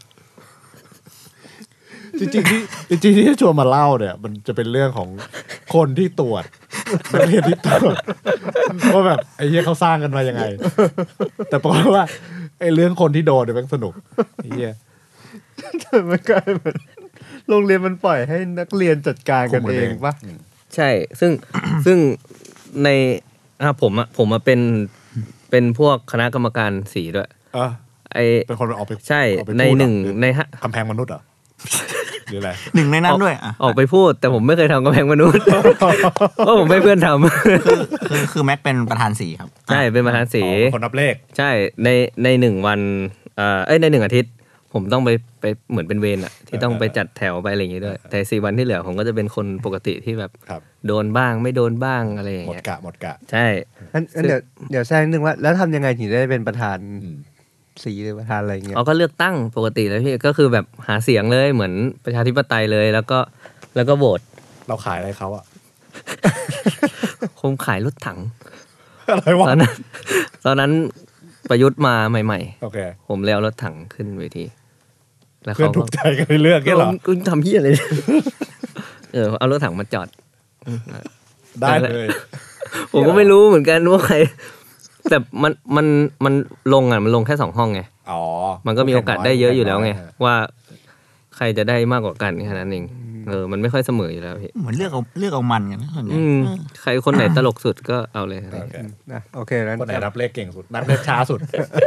จริงๆที่ชวนมาเล่าเนี่ยมันจะเป็นเรื่องของคนที่ตรวจนักเรียนที่ตรวจว่าแบบไอ้เหี้ยเขาสร้างกันมายังไงแต่ปรากฏว่าไอ้เรื่องคนที่โดนเนี่ยมันสนุกไอ้เหี้ยมันกลายเป็นโรงเรียนมันปล่อยให้นักเรียนจัดการกันเองปะใช่ซึ่งในผมเป็นพวกคณะกรรมการสีด้วยเป็นคนออกไปใช่ในหนึ่งในกำแพงมนุษย์เหรอหรืออะไรหนึ่งในนั้นด้วยออกไปพูดแต่ผมไม่เคยทำกำแพงมนุษย์เพราะผมให้เพื่อนทำคือแม็กเป็นประธานสีครับใช่เป็นประธานสีคนนับเลขใช่ใน1 วันใน1 อาทิตย์ผมต้องไปเหมือนเป็นเวรอ่ะที่ต้องไปจัดแถวไปอะไรอย่างงี้ด้วยแต่4 วันที่เหลือผมก็จะเป็นคนปกติที่แบบโดนบ้างไม่โดนบ้างอะไรอย่างเงี้ยหมดกะใช่งั้นเดี๋ยวแทรกนิดนึงว่าแล้วทำยังไงถึงได้เป็นประธานสีหรือประธานอะไรเงี้ยก็เลือกตั้งปกติแล้วพี่ก็คือแบบหาเสียงเลยเหมือนประชาธิปไตยเลยแล้วก็โหวตเราขายอะไรเขาอะคงขายรถถังอะไรวะตอนนั้นประยุทธ์มาใหม่ๆโอเคผมเลี้ยวรถถังขึ้นเวทีแล้วเขาถูกใจกันเลือกแค่หรอกูทำเหี้ยอะไรเอารถถังมาจอดได้เลยผมก็ไม่รู้เหมือนกันว่าใครแต่มันลงมันลงแค่2 ห้องไงมันก็มีโอกาสได้เยอะอยู่แล้วไงว่าใครจะได้มากกว่ากันแค่นั้นเองมันไม่ค่อยเสมออยู่แล้วพี่เหมือนเลือกเอามันกันนะใครคนไหนตลกสุดก็เอาเลยโอเคแล้วคนไหนรับเลขเก่งสุดนับเลขช้าสุด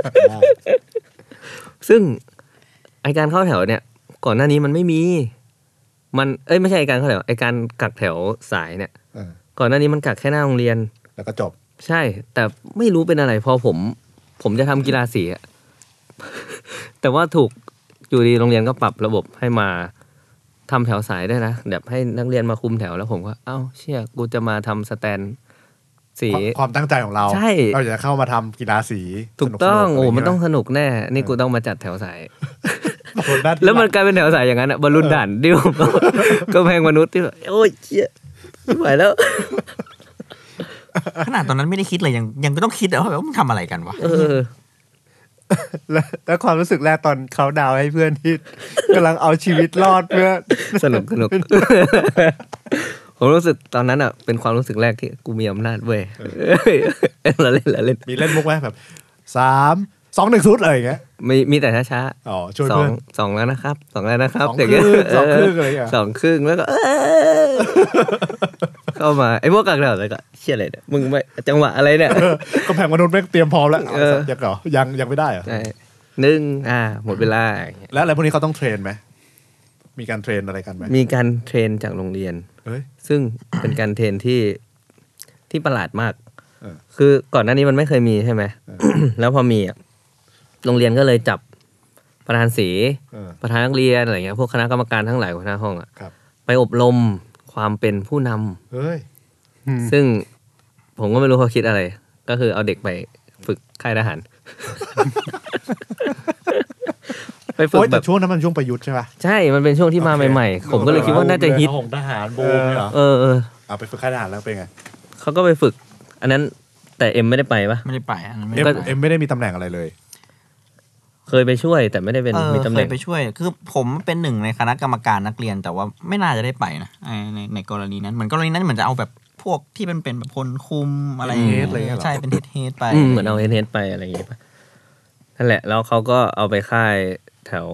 ซึ่งไอการเข้าแถวเนี่ยก่อนหน้านี้มันไม่มีมันไม่ใช่ไอการเข้าแถวไอการกักแถวสายเนี่ยก่อนหน้านี้มันกักแค่หน้าโรงเรียนแล้วก็จบใช่แต่ไม่รู้เป็นอะไรพอผมจะทำกีฬาสีอะแต่ว่าถูกอยู่ดีโรงเรียนก็ปรับระบบให้มาทำแถวสายได้นะแบบให้นักเรียนมาคุมแถวแล้วผมก็เชี่ยกูจะมาทำสแตนสีความตั้งใจของเราใช่เราจะเข้ามาทำกีฬาสีถูกต้องมันต้องสนุกแน่นี่กูต้องมาจัดแถวสายแล้วมันกลายเป็นแถวสายอย่างนั้นบอลลูนด่านดิวก็แพงมนุษย์ที่แบบโอ้ยเชี่ยไม่ไหวแล้วขนาดตอนนั้นไม่ได้คิดเลยยังก็ต้องคิดว่าแบบมึงทำอะไรกันวะแล้วความรู้สึกแรกตอนเขาดาวให้เพื่อนที่กำลังเอาชีวิตรอดเพื่อสนุกผมรู้สึกตอนนั้นเป็นความรู้สึกแรกที่กูมีอำนาจเว้ยเราเล่นมีเล่นมุกไหมแบบ3 2 1 0อะไรอย่างเงี้ยมีแต่ช้าช่วยเพื่อน 2แล้วนะครับ2แล้วนะครับ 2 ครึ่งอะไรอย่างเงี้ย 2 ครึ่งแล้วก็เข้ามาไอ้พวกกักแถวอะไรก็เชี่ยอะไรเนี่ยมึงไม่จังหวะอะไรเนี่ยก็แผงมนุษย์แม่งเตรียมพร้อมแล้วยังเหรอยังไม่ได้เหรอใช่หมดเวลาแล้วอะไรพวกนี้เขาต้องเทรนไหมมีการเทรนอะไรกันไหมมีการเทรนจากโรงเรียนซึ่งเป็นการเทรนที่ประหลาดมากคือก่อนหน้านี้มันไม่เคยมีใช่ไหมแล้วพอมีโรงเรียนก็เลยจับประธานสีประธานนักเรียนอะไรเงี้ยพวกคณะกรรมการทั้งหลายหัวหน้าห้องไปอบรมความเป็นผู้นำซึ่งผมก็ไม่รู้เขาคิดอะไรก็คือเอาเด็กไปฝึกค่ายทหารไปฝึกแบบช่วงนั้นมันช่วงประยุทธ์ใช่ป่ะใช่มันเป็นช่วงที่มาใหม่ๆผมก็เลยคิดว่าน่าจะฮิตทหารบูมเหรอเอาไปฝึกค่ายทหารแล้วเป็นไงเขาก็ไปฝึกอันนั้นแต่เอ็มไม่ได้ไปปะไม่ได้ไปเอ็มไม่ได้มีตำแหน่งอะไรเลยเคยไปช่วยแต่ไม่ได้เป็นมีตำแหน่งเคยไปช่วยคือผมเป็นหนึ่งในคณะกรรมการนักเรียนแต่ว่าไม่น่าจะได้ไปนะในกรณีนั้นเหมือนกรณีนั้นเหมือนจะเอาแบบพวกที่เป็นแบบคนคุมอะไรใช่เป็นเฮดไปเหมือนเอาเฮดไปอะไรอย่างเงี้ยนั่นแหละแล้วเขาก็เอาไปค่ายแถว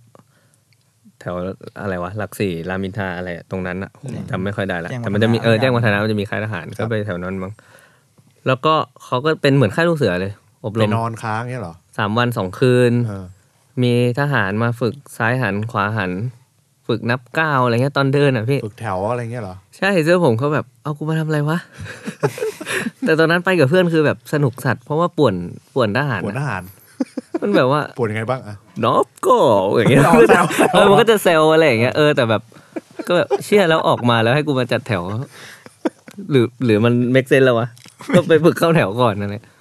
อะไรวะหลักสี่รามอินทราอะไรตรงนั้นอ่ะจำไม่ค่อยได้แล้วแต่มันจะมีแจ้งวัฒนะมันจะมีค่ายทหารก็ไปแถวนั้นมั้งแล้วก็เขาก็เป็นเหมือนค่ายลูกเสือเลยอบรมไปนอนค้างเงี้ยหรอ 3 วัน 2 คืนมีทหารมาฝึกซ้ายหันขวาหันฝึกนับก้าวอะไรเงี้ยตอนเดินอ่ะพี่ฝึกแถวอะไรเงี้ยเหรอใช่เสื้อผมเขาแบบเอากูมาทำอะไรวะ แต่ตอนนั้นไปกับเพื่อนคือแบบสนุกสัตว์เพราะว่าป่วนทหารมันแบบว่าป่วนยังไงบ้างน็อบก็อย่างเงี้ยมันก็จะเซลอะไรอย่างเงี้ยแต่แบบก็แบบเชื่อแล้วออกมาแล้วให้กูมาจัดแถวหรือมันเมคเซนส์แล้ววะก็ไปฝึกเข้าแถวก่อนนั่นแหละ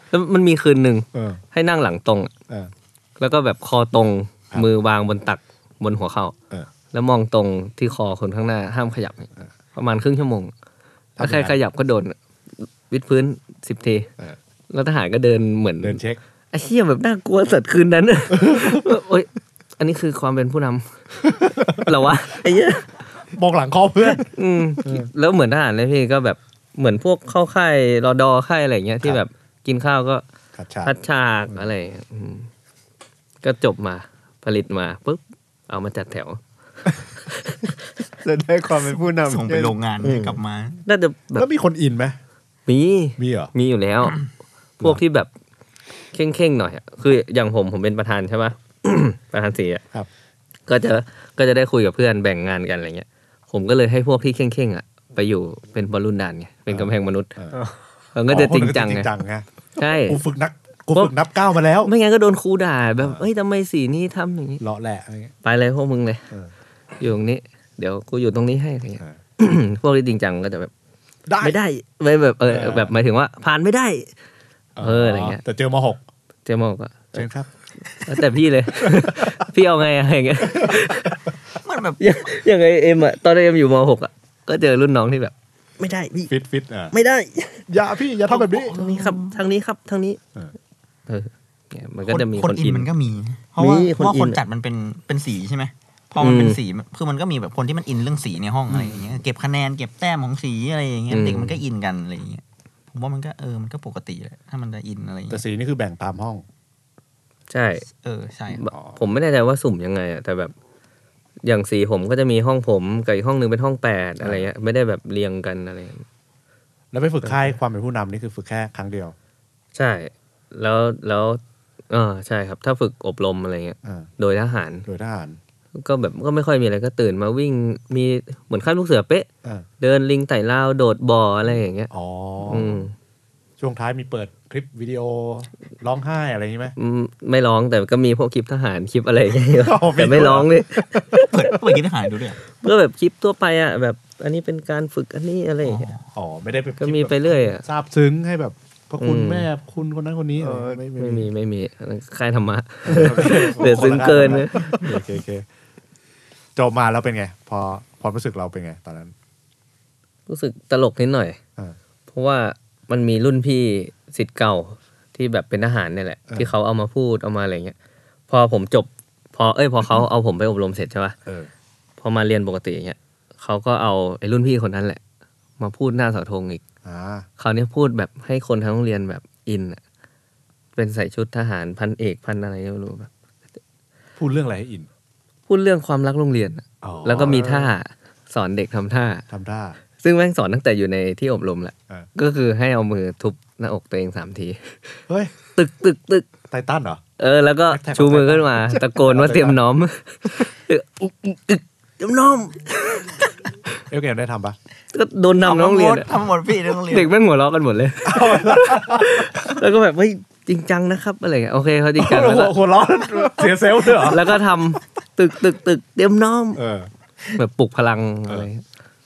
แล้วมันมีคืนหนึ่งอให้นั่งหลังตรง แล้วก็แบบคอตรงครับมือวางบนตักบนหัวเข่าเออแล้วมองตรงที่คอคนข้างหน้าห้ามขยับประมาณครึ่งชั่วโมงถ้าใครขยับก็โดนวิดพื้น10 ทีเออแล้วทหารก็เดินเหมือนเดินเช็คไอ้เหี้ยแบบน่ากลัวสัตว์คืนนั้น โอ๊ยอันนี้คือความเป็นผู้นำ เหรอวะไอ้เหี้ยมองหลังคอเพื่อนแล้วเหมือนทหารเลยพี่ก็แบบเหมือนพวกเข้าค่ายรอดอค่ายอะไรอย่างเงี้ยที่ครับแบบกินข้าวก็ขัดฉากพัดฉากอะไรอย่างเงี้ยก็จบมาผลิตมาปุ๊บเอามาจัดแถวจะได้ความเป็นผู้นำส่งไปโรงงานกลับมาน่าจะแบแล้บวมีคนอินไหมมีมีเหรอมีอยู่แล้ว พวกที่แบบเข่งๆหน่อยอะคืออย่างผมเป็นประธานใช่ปะ ประธานสีอะครับก็จะได้คุยกับเพื่อนแบ่งงานกันอะไรเงี้ย ผมก็เลยให้พวกที่เข่งๆอ่ะไปอยู่เป็นบอลลูนดานไงเป็นกำแพงมนุษย์มันก็จะจริงจังจริไงงจังไงใช่กูฝึกนับก้าวมาแล้วไม่งั้นก็โดนครูด่าแบบเอ้ยทำไมสีนี้ทำอย่างนี้เลาะแหละอะไรเงี้ยไปเลยพวกมึงเลยเอออยู่ตรงนี้ เดี๋ยวกูอยู่ตรงนี้ให้อะไรเงี้ยเออพวกที่จริงจังก็จะแบบได้ไม่ได้ไปแบบแบบหมายถึงว่าผ่านไม่ได้ อะไรเงี้ยแต่เจอมหกเจมอกก็เชิญครับแล้วแต่พี่เลย พี่เอาไงอะไรเงี้ยมันแบบอย่างไอเอ็มอ่ะตอนเอ็มอยู่ม.6 อ่ะก็เจอรุ่นน้องที่แบบ ไม่ได้พี่ฟิตไม่ได้อย่าพี่อย่าทำแบบนี้ทางนี้ครับทางนี้ครับทางนี้เออเนี่ยมันก็จะมีคคน นอิอินนมันก็มี เพราะว่ามีคนเพราะอินคนจัดมันเป็นสีใช่ไหมพอมันเป็นสีคือมันก็มีแบบคนที่มันอินเรื่องสีในห้องอะไรอย่างเงี้ยเก็บคะแนนเก็บแต้มของสีอะไรอย่างเงี้ยเด็กมันก็อินกันอะไรอย่างเงี้ยผมว่ามันก็มันก็ปกติแหละถ้ามันจะอินอะไรอย่างแต่เงี้ยสีนี่คือแบ่งตามห้องใช่ใช่ผมไม่แน่ใจว่าสุ่มยังไงอ่ะแต่แบบ อย่างสีผมก็จะมีห้องผมกับอีกห้องนึงเป็นห้อง8อะไรเงี้ยไม่ได้แบบเรียงกันอะไรเงี้ยแล้วไปฝึกค่ายความเป็นผู้นำนี่คือฝึกแค่ครั้งเดียวใช่ แล้วใช่ครับ ถ้าฝึกอบรมอะไรเงี้ยอ่าโดยทหารโดยทหารก็แบบก็ไม่ค่อยมีอะไรก็ตื่นมาวิ่งมีเหมือนขั้นลูกเสือเป๊ะอ่าเดินลิงไต่ราวโดดบ่ออะไรอย่างเงี้ยอ๋ออืมช่วงท้ายมีเปิดคลิปวิดีโอร้องไห้อะไรอย่างนี้ไหมไม่ร้องแต่ก็มีพวกคลิปทหารคลิปอะไรอย่างเงี้ยอ๋อมีแต่ไม่ร้องเลยเปิดกินอาหารดูด้วยก็แบบคลิปทั่วไปอ่ะแบบอันนี้เป็นการฝึกอันนี้อะไรอย่างเงี้ยอ๋อไม่ได้เป็นก็มีไปเรื่อยอ่ะซาบซึ้งให้แบบพระคุณอืมแม่คุณคนนั้นคนนี้ไม่ไม่มีค่ายธรรมะ เดือดซึ้งเกินเลยโอเคจบมาแล้วเป็นไง พอความรู้สึกเราเป็นไงตอนนั้นรู้สึกตลกนิดหน่อยอ่าเพราะว่ามันมีรุ่นพี่ศิษย์เก่าที่แบบเป็นทหารเนี่ยแหละ ที่เขาเอามาพูดเอามาอะไรเงี้ยพอผมจบพอเขาเอาผมไปอบรมเสร็จใช่ป่ะเออพอมาเรียนปกติอย่างเงี้ยเขาก็เอาไอ้รุ่นพี่คนนั้นแหละ มาพูดหน้าเสาธงอีกอ่าคราวนี้พูดแบบให้คนทั้งโรงเรียนแบบอินอะเป็นใส่ชุดทหารพันเอกพันอะไรไม่รู้แบบพูดเรื่องอะไรให้อินพูดเรื่องความรักโรงเรียนอะอ๋อแล้วก็มีท่าสอนเด็กทำท่าทำท่าซึ่งแม่งสอนตั้งแต่อยู่ในที่อบรมแหละอ่าก็คือให้เอามือทุบหน้าอกตัวเอง3 ทีเฮ้ยตึกไททันเหรอแล้วก็ Attack ชูมือขึ้นมา ตะโกนว่าเตรียมน้อมเตรียมน้อมเอลเกมได้ทำปะก็โดนนำในโรงเรียนอะทำหมดพี่ในโรงเรียนเด็กแม่งหัวเราะกันหมดเลย แล้วก็แบบเฮ้ยจริงจังนะครับอะไรเงี้ยโอเคเขาจริงจังแล้วก็หัวร้อนเสียเซลล์เลยเหรอแล้วก็ทำตึกเตรียมน้อมเออแบบปลุกพลังอะไรเงี้ย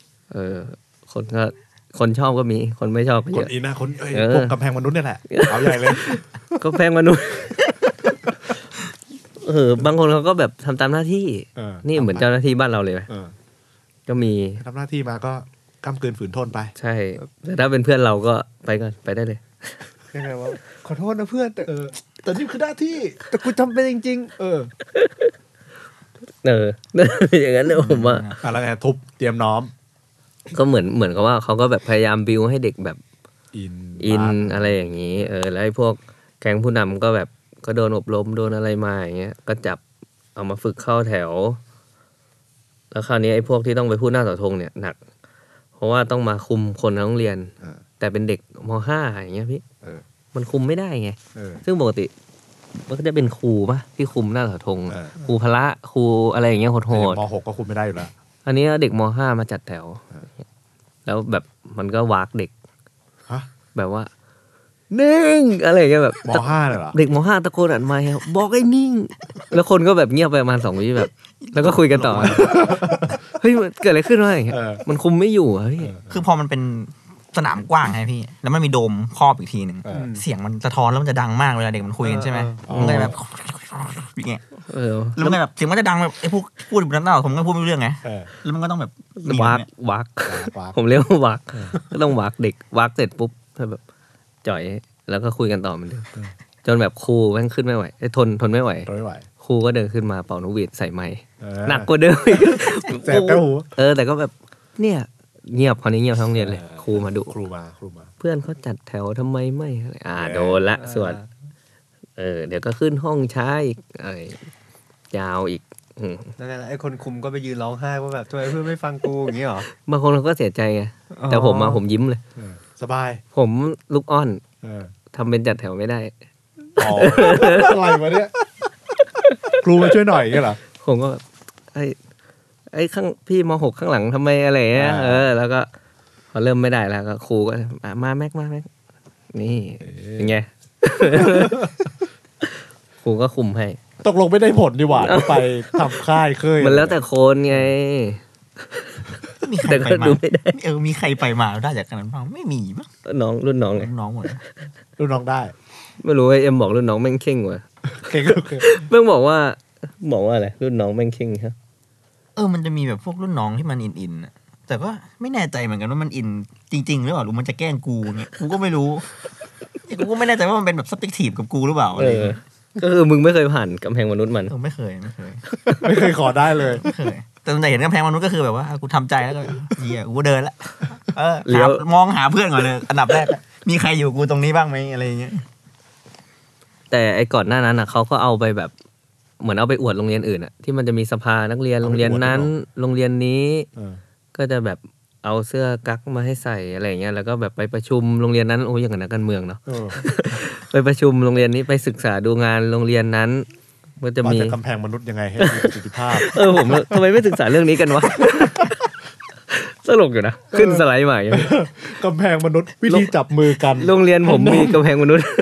คนชอบก็มีคนไม่ชอบก็คเยนอะอินนะคนเอ้ยเออพวกกำแพงมนุษย์เนี่ยแหละเอาใหญ่เลยก็แพงมนุษย์ บางคนเขาก็แบบทำตามหน้าที่เออนี่เหมือนเจ้าหน้าที่บ้านเราเลยไหมเออก็มีทำหน้าที่มาก็กำกืนฝืนทนไปใช่ แต่ถ้าเป็นเพื่อนเราก็ไปก่อนไปได้เลยยังไงวะขอโทษนะเพื่อนแต่แต่นี่คือหน้าที่แต่กูจำเป็นจริงเอออย่างนั้นเลยผมว่าแล้วไงทุบเตรียมน้อมก็เหมือนกับว่าเขาก็แบบพยายามบิวให้เด็กแบบอินอะไรอย่างนี้ แล้วไอ้พวกแก๊งผู้นำก็แบบก็โดนอบรมโดนอะไรมาอย่างเงี้ย ก็จับเอามาฝึกเข้าแถว แล้วคราวนี้ไอ้พวกที่ต้องไปพูดหน้าเสาธงเนี่ยหนัก เพราะว่าต้องมาคุมคนทั้งโรงเรียนเออแต่เป็นเด็กม.5 อย่างเงี้ยพี่เออมันคุมไม่ได้ไงเออซึ่งปกติมันก็จะเป็นครูป่ะที่คุมหน้าเสาธงเออครูพละครูอะไรอย่างเงี้ยโหดมหกก็คุมไม่ได้อยู่แล้วๆอันนี้เด็กม.5 มาจัดแถว แล้วแบบมันก็วากเด็กฮะแบบว่านิ่งอะไรอย่างเงี้ยแบบมห้าเลยเหรอเด็กม.5 ตะโกนอัดไมค์ครับบอกไอ้นิ่ง แล้วคนก็แบบเงียบไปประมาณ2 วิแบบ แล้วก็คุยกันต่อ เฮ้ยมันเกิดอะไรขึ้นวะอย่างเงี้ยเออมันคุมไม่อยู่อะเฮ้ยคือพอมันเป็นสนามกว้างไงพี่แล้วมันมีโดมครอบอีกทีหนึ่งเสียงมันสะท้อนแล้วมันจะดังมากเวลาเด็กมันคุยกันใช่ไหมมันก็จะแบบอย่างเงี้ยแล้วมันแบบเสียงมันจะดังแบบไอ้พวกพูดแบบนั้นผมก็พูดไม่รู้เรื่องไงแล้วมันก็ต้องแบบวักผมเรียกว่าวักก็ต้องวักเด็กวักเสร็จปุ๊บแบบจ่อยแล้วก็คุยกันต่อเหมือนเดิมจนแบบครูแม่งขึ้นไม่ไหวทนไม่ไหวครูก็เดินขึ้นมาเป่านกหวีดใส่ไมค์หนักกว่าเดิมแสบแก้วหูแต่ก็แบบเนี่ยเงียบคราวนี้เงียบทั้งโรงเรียนเลยครูมาดุครูมาเพื่อนเขาจัดแถวทำไมไม่โดนละส่วนเดี๋ยวก็ขึ้นห้องช้าอีกยาวอีกแล้วไอ้คนคุมก็ไปยืนร้องไห้ว่าแบบทำไมเพื่อนไม่ฟังกูอย่างนี้หรอบางคนเขาก็เสียใจไงแต่ผมยิ้มเลยสบายผมลูกอ้อนทำเป็นจัดแถวไม่ได้อะไรวะเนี่ยครูมาช่วยหน่อยงี้เหรอผมก็ไอ้ข้างพี่ม.6 ข้างหลังทำไมอะไรเงี้ยแล้วก็พอเริ่มไม่ได้แล้วก็ครูก็มาแม็กนี่เป็นไงครูก็คุมให้ตกลงไม่ได้ผลดีกว่าไปทำค่ายเคยมันแล้วแต่คนไงแต่ก็ดูไม่ได้มีใครไปมาได้จากนั้นบ้างไม่มีมั้งรุ่นน้องไงน้องหมดรุ่นน้องได้ไม่รู้ไอ้เอ็มบอกรุ่นน้องแม่งเข่งว่ะแม่งบอกว่าอะไรรุ่นน้องแม่งเข่งครับมันจะมีแบบพวกรุ่นน้องที่มันอินแต่ก็ไม่แน่ใจเหมือนกันว่ามันอินจริงๆหรือเปล่าหรือมันจะแกล้งกูเนี่ยกูก็ไม่รู้กูก็ไม่แน่ใจว่ามันเป็นแบบสเปกทีฟกับกูหรือเปล่าอะไรก็คือมึงไม่เคยผ่านกำแพงมนุษย์มันไม่เคยขอได้เลยไม่เคยแต่ส่วนใหญ่เห็นกำแพงมนุษย์ก็คือแบบว่ากูทำใจแล้วก็เหี้ยกูเดินละเลี้ยวมองหาเพื่อนก่อนเลยอันดับแรกมีใครอยู่กูตรงนี้บ้างไหมอะไรอย่างเงี้ยแต่ไอ้ก่อนหน้านั้นเขาก็เอาไปแบบเหมือนเอาไปอวดโรงเรียนอื่นที่มันจะมีสภานักเรียนโรงเรียนนั้นโรงเรียนนี้ก็จะแบบเอาเสื้อกั๊กมาให้ใส่อะไรอย่างเงี้ยแล้วก็แบบไปประชุมโรงเรียนนั้นอย่างนั้นการเมืองเนาะไปประชุมโรงเรียนนี้ไปศึกษาดูงานโรงเรียนนั้นก็จะมีกำแพงมนุษย์ยังไงให้มีประสิทธิภาพผมทำไมไม่ศึกษาเรื่องนี้กันวะตลกอยู่นะขึ้นสไลด์มาอย่างกำแพงมนุษย์วิธีจับมือกันโรงเรียนผมมีกำแพงมนุษย์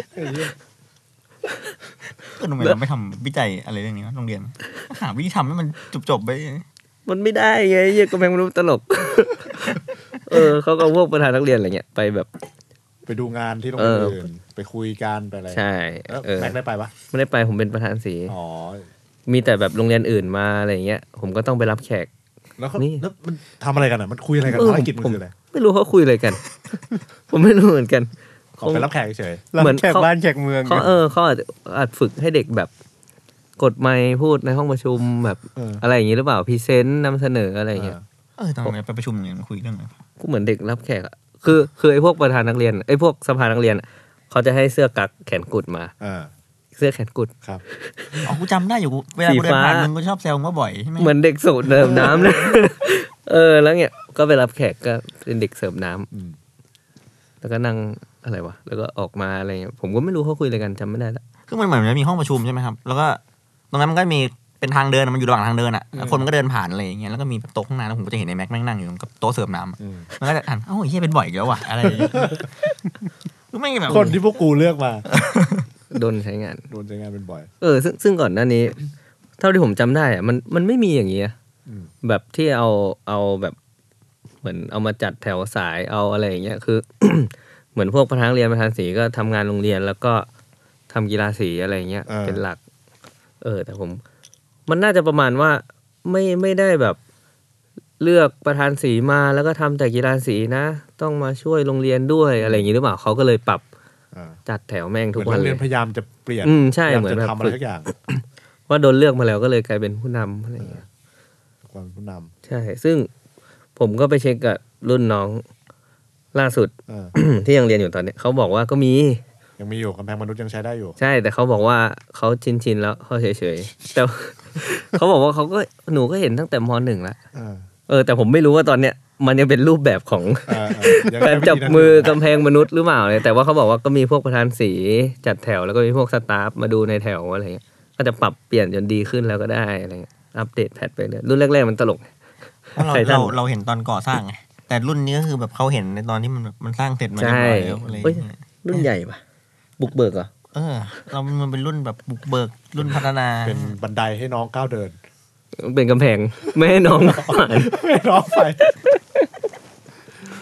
ทำไมเราไม่ทำวิจัยอะไรเรื่องนี้โรงเรียนหาวิธีทำให้มันจบไปมันไม่ได้ไงกำแพงมนุษย์ตลกเขาก็พวกประธานนักเรียนอะไรเงี้ยไปแบบไปดูงานที่โรงเรียนอื่นไปคุยกันไปอะไรใช่แม็กได้ไปปะไม่ได้ไปผมเป็นประธานสีมีแต่แบบโรงเรียนอื่นมาอะไรเงี้ยผมก็ต้องไปรับแขกแล้วมันทำอะไรกันมันคุยอะไรกันภารกิจมันคืออะไรไม่รู้เขาคุยอะไรกันผมไม่รู้เหมือนกันขอไปรับแขกเฉยเหมือนแขกบ้านแขกเมืองเขาอาจฝึกให้เด็กแบบกดไมค์พูดในห้องประชุมแบบอะไรอย่างนี้หรือเปล่าพรีเซนต์นำเสนออะไรอย่างเงี้ยตอนไปประชุมอย่างคุยเรื่องอะไรก็เหมือนเด็กรับแขกคือไอ้พวกประธานนักเรียนไอ้พวกสภานักเรียนเขาจะให้เสื้อกั๊กแขนกุดมาเสื้อแขนกุดครับกูจำได้อยู่เวลากูเดินผ่านมึงก็ชอบแซวว่าบ่อยใช่ไหมเหมือนเด็กสูบเดิมน้ำเลยแล้วเนี่ยก็ไปรับแขกก็เป็นเด็กเสิร์ฟน้ำแล้วก็นั่งอะไรวะแล้วก็ออกมาอะไรเงี้ยผมก็ไม่รู้เขาคุยอะไรกันจำไม่ได้ละคือมันเหมือนมีห้องประชุมใช่ไหมครับแล้วก็ตรงนั้นมันก็มีเป็นทางเดินมันอยู่ระหว่างทางเดินคนมันก็เดินผ่านอะไรอย่างเงี้ยแล้วก็มีโต๊ะข้างหน้าแล้วผมก็จะเห็นไอ้แม็กนั่งอยู่กับโต๊ะเสิร์ฟน้ำมันก็จะเฮียเป็นบ่อยแล้วว่ะอะไรอย่างเงี้ยไม่แบบคนที่พวกกูเลือกมาโดนใช้งานเป็นบ่อยซึ่งก่อนหน้านี้เท่าที่ผมจำได้มันไม่มีอย่างเงี้ยแบบที่เอาแบบเหมือนเอามาจัดแถวสายเอาอะไรอย่างเงี้ยคือ เหมือนพวกประธานเรียนประธานสีก็ทำงานโรงเรียนแล้วก็ทำกีฬาสีอะไรเงี้ยเป็นหลักแต่ผมมันน่าจะประมาณว่าไม่ได้แบบเลือกประธานสีมาแล้วก็ทำแต่กีฬาสีนะต้องมาช่วยโรงเรียนด้วยอะไรอย่างงี้หรือเปล่าเขาก็เลยปรับจัดแถวแม่งทุกวันเลยพยายามจะเปลี่ยนใช่เหมือนแบบทำอะไรทุกอย่างว่าโดนเลือกมาแล้วก็เลยกลายเป็นผู้นำอะไรอย่างเงี้ยความผู้นำใช่ซึ่งผมก็ไปเช็คกับรุ่นน้องล่าสุดที่ยังเรียนอยู่ตอนนี้เขาบอกว่าก็ยังมีอยู่กำแพงมนุษย์ยังใช้ได้อยู่ใช่แต่เขาบอกว่าเขาชินแล้วเขาเฉยๆแต่เขาบอกว่าหนูก็เห็นตั้งแต่ม.1 แล้วแต่ผมไม่รู้ว่าตอนเนี้ยมันยังเป็นรูปแบบของการจับมือกำแพงมนุษย์หรือเปล่าเลยแต่ว่าเขาบอกว่าก็มีพวกประธานสีจัดแถวแล้วก็มีพวกสตาฟมาดูในแถวอะไรเงี้ยก็จะปรับเปลี่ยนจนดีขึ้นแล้วก็ได้อะไรเงี้ยอัปเดตแพทไปเรื่อยรุ่นแรกๆมันตลกเราเห็นตอนก่อสร้างไงแต่รุ่นนี้ก็คือแบบเขาเห็นในตอนที่มันสร้างเสร็จมาเรียบร้อยแล้วอะไรรุ่นใหญ่ปะบุกเบิกเหรอมันเป็นรุ่นแบบบุกเบิกรุ่นพัฒนาเป็นบันไดให้น้องก้าวเดินเป็นกำแพงไม่ให้น้องผ่านไม่ให้น้องไป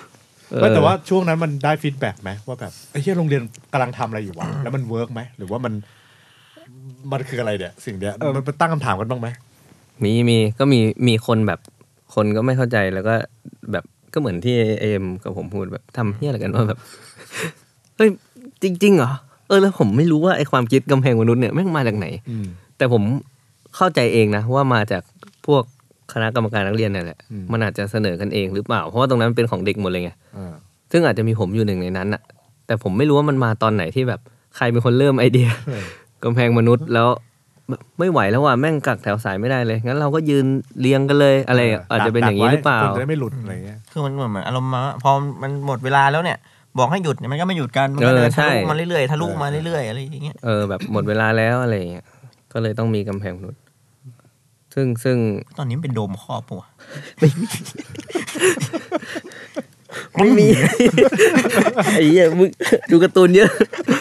ไม่แต่ว่าช่วงนั้นมันได้ฟีดแบ็กไหมว่าแบบไอ้เหี้ยโรงเรียนกำลังทำอะไรอยู่วะแล้วมันเวิร์กไหมหรือว่ามันคืออะไรเนี่ยสิ่งเนี้ยมันตั้งคำถามกันบ้างไหมมีก็มีคนแบบคนก็ไม่เข้าใจแล้วก็แบบก็เหมือนที่เอมกับผมพูดแบบทำเหี้ยอะไรกันว่าแบบเฮ้ยจริงๆเหรอแล้วผมไม่รู้ว่าไอ้ความคิดกำแพงมนุษย์เนี่ยแม่งมาจากไหนแต่ผมเข้าใจเองนะว่ามาจากพวกคณะกรรมการนักเรียนนั่นแหละมันอาจจะเสนอกันเองหรือเปล่าเพราะว่าตรงนั้นเป็นของเด็กหมดเลยไงซึ่งอาจจะมีผมอยู่หนึ่งในนั้นอะแต่ผมไม่รู้ว่ามันมาตอนไหนที่แบบใครเป็นคนเริ่มไอเดียกำแพงมนุษย์แล้วไม่ไหวแล้วว่ะแม่งกักแถวสายไม่ได้เลยงั้นเราก็ยืนเรียงกันเลยอะไรอาจจะเป็นอย่างนี้หรือเปล่าจะได้ไม่หลุดอะไรเงี้ยคือมันเหมือนอารมณ์มาพอมันหมดเวลาแล้วเนี่ยบอกให้หยุดเนี่ยมันก็ไม่หยุดกันมันก็เดินทะลุมาเรื่อยๆทะลุมาเรื่อยๆอะไรอย่างเงี้ยแบบหมดเวลาแล้วอะไรอย่างเงี้ยก็เลยต้องมีกำแพงมนุษย์ซึ่งตอนนี้มันเป็นโดมครอบปะวะไม่มีไอ้เหี้ยมึงดูการ์ตูนเยอะ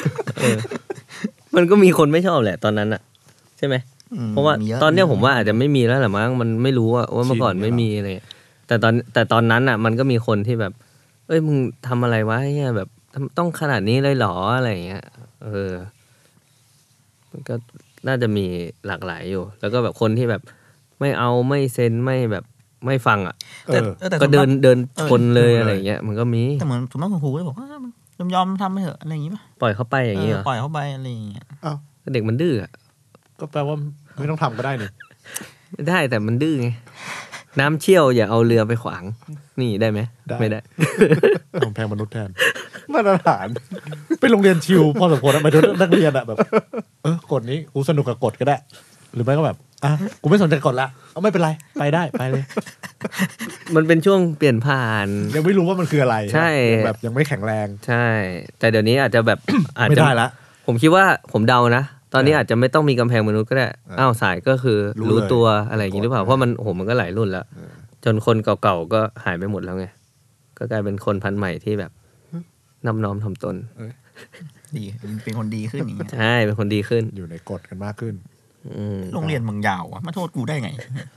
มันก็มีคนไม่ชอบแหละตอนนั้นอะใช่ไหมเพราะว่าตอนเนี้ยผมว่าอาจจะไม่มีแล้วแหละมั้งมันไม่รู้ว่าเมื่อก่อนไม่มีอะไรแต่ตอนนั้นอะมันก็มีคนที่แบบเอ้ยมึงทำอะไรวะเนี่ยแบบต้องขนาดนี้เลยเหรออะไรอย่างเงี้ยมันก็น่าจะมีหลากหลายอยู่แล้วก็แบบคนที่แบบไม่เอาไม่เซ็นไม่แบบไม่ฟังอ่ะก็เดินชนเลยอะไรอย่างเงี้ยมันก็มีแต่เหมือนสมมติคุณครูก็บอกว่ายอมทำไปเถอะอะไรอย่างงี้ป่ะปล่อยเขาไปอย่างงี้เหรอปล่อยเขาไปอะไรอย่างเงี้ยอ้าวเด็กมันดื้อก็แปลว่าไม่ต้องทำก็ได้นี่ได้แต่มันดื้อไงน้ำเชี่ยวอย่าเอาเรือไปขวางนี่ได้ไหมไม่ได้ต้องแพงมนุษย์แทนมาตรฐานเป็นโรงเรียนชิลพอสมควรนะไปดูนักเรียนอะแบบกฎนี้กูสนุกกับกฎก็ได้หรือไม่ก็แบบกูไม่สนใจกฎละไม่เป็นไรไปได้ไปเลยมันเป็นช่วงเปลี่ยนผ่านยังไม่รู้ว่ามันคืออะไรใช่แบบยังไม่แข็งแรงใช่แต่เดี๋ยวนี้อาจจะแบบอาจจะไม่ได้ละผมคิดว่าผมเดานะตอนนี้อาจจะไม่ต้องมีกำแพงมนุษย์ก็ได้สายก็คือรู้ตัวอะไรอย่างนี้หรือเปล่าเพราะมันมันก็หลายรุ่นแล้วจนคนเก่าๆก็หายไปหมดแล้วไงก็กลายเป็นคนพันธุ์ใหม่ที่แบบนำน้อมถ่อมตนดีเป็นคนดีขึ้นอย่างเงี้ยใช่เป็นคนดีขึ้นอยู่ในกฎกันมากขึ้นโรงเรียนมึงยาวมาโทษกูได้ไง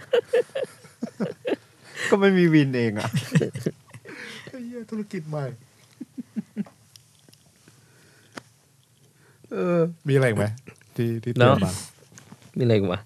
ก็ไม่มีวินเองอ่ะธุรกิจใหม่มีอะไรไหมที่เตรียมมามีอะไรวะ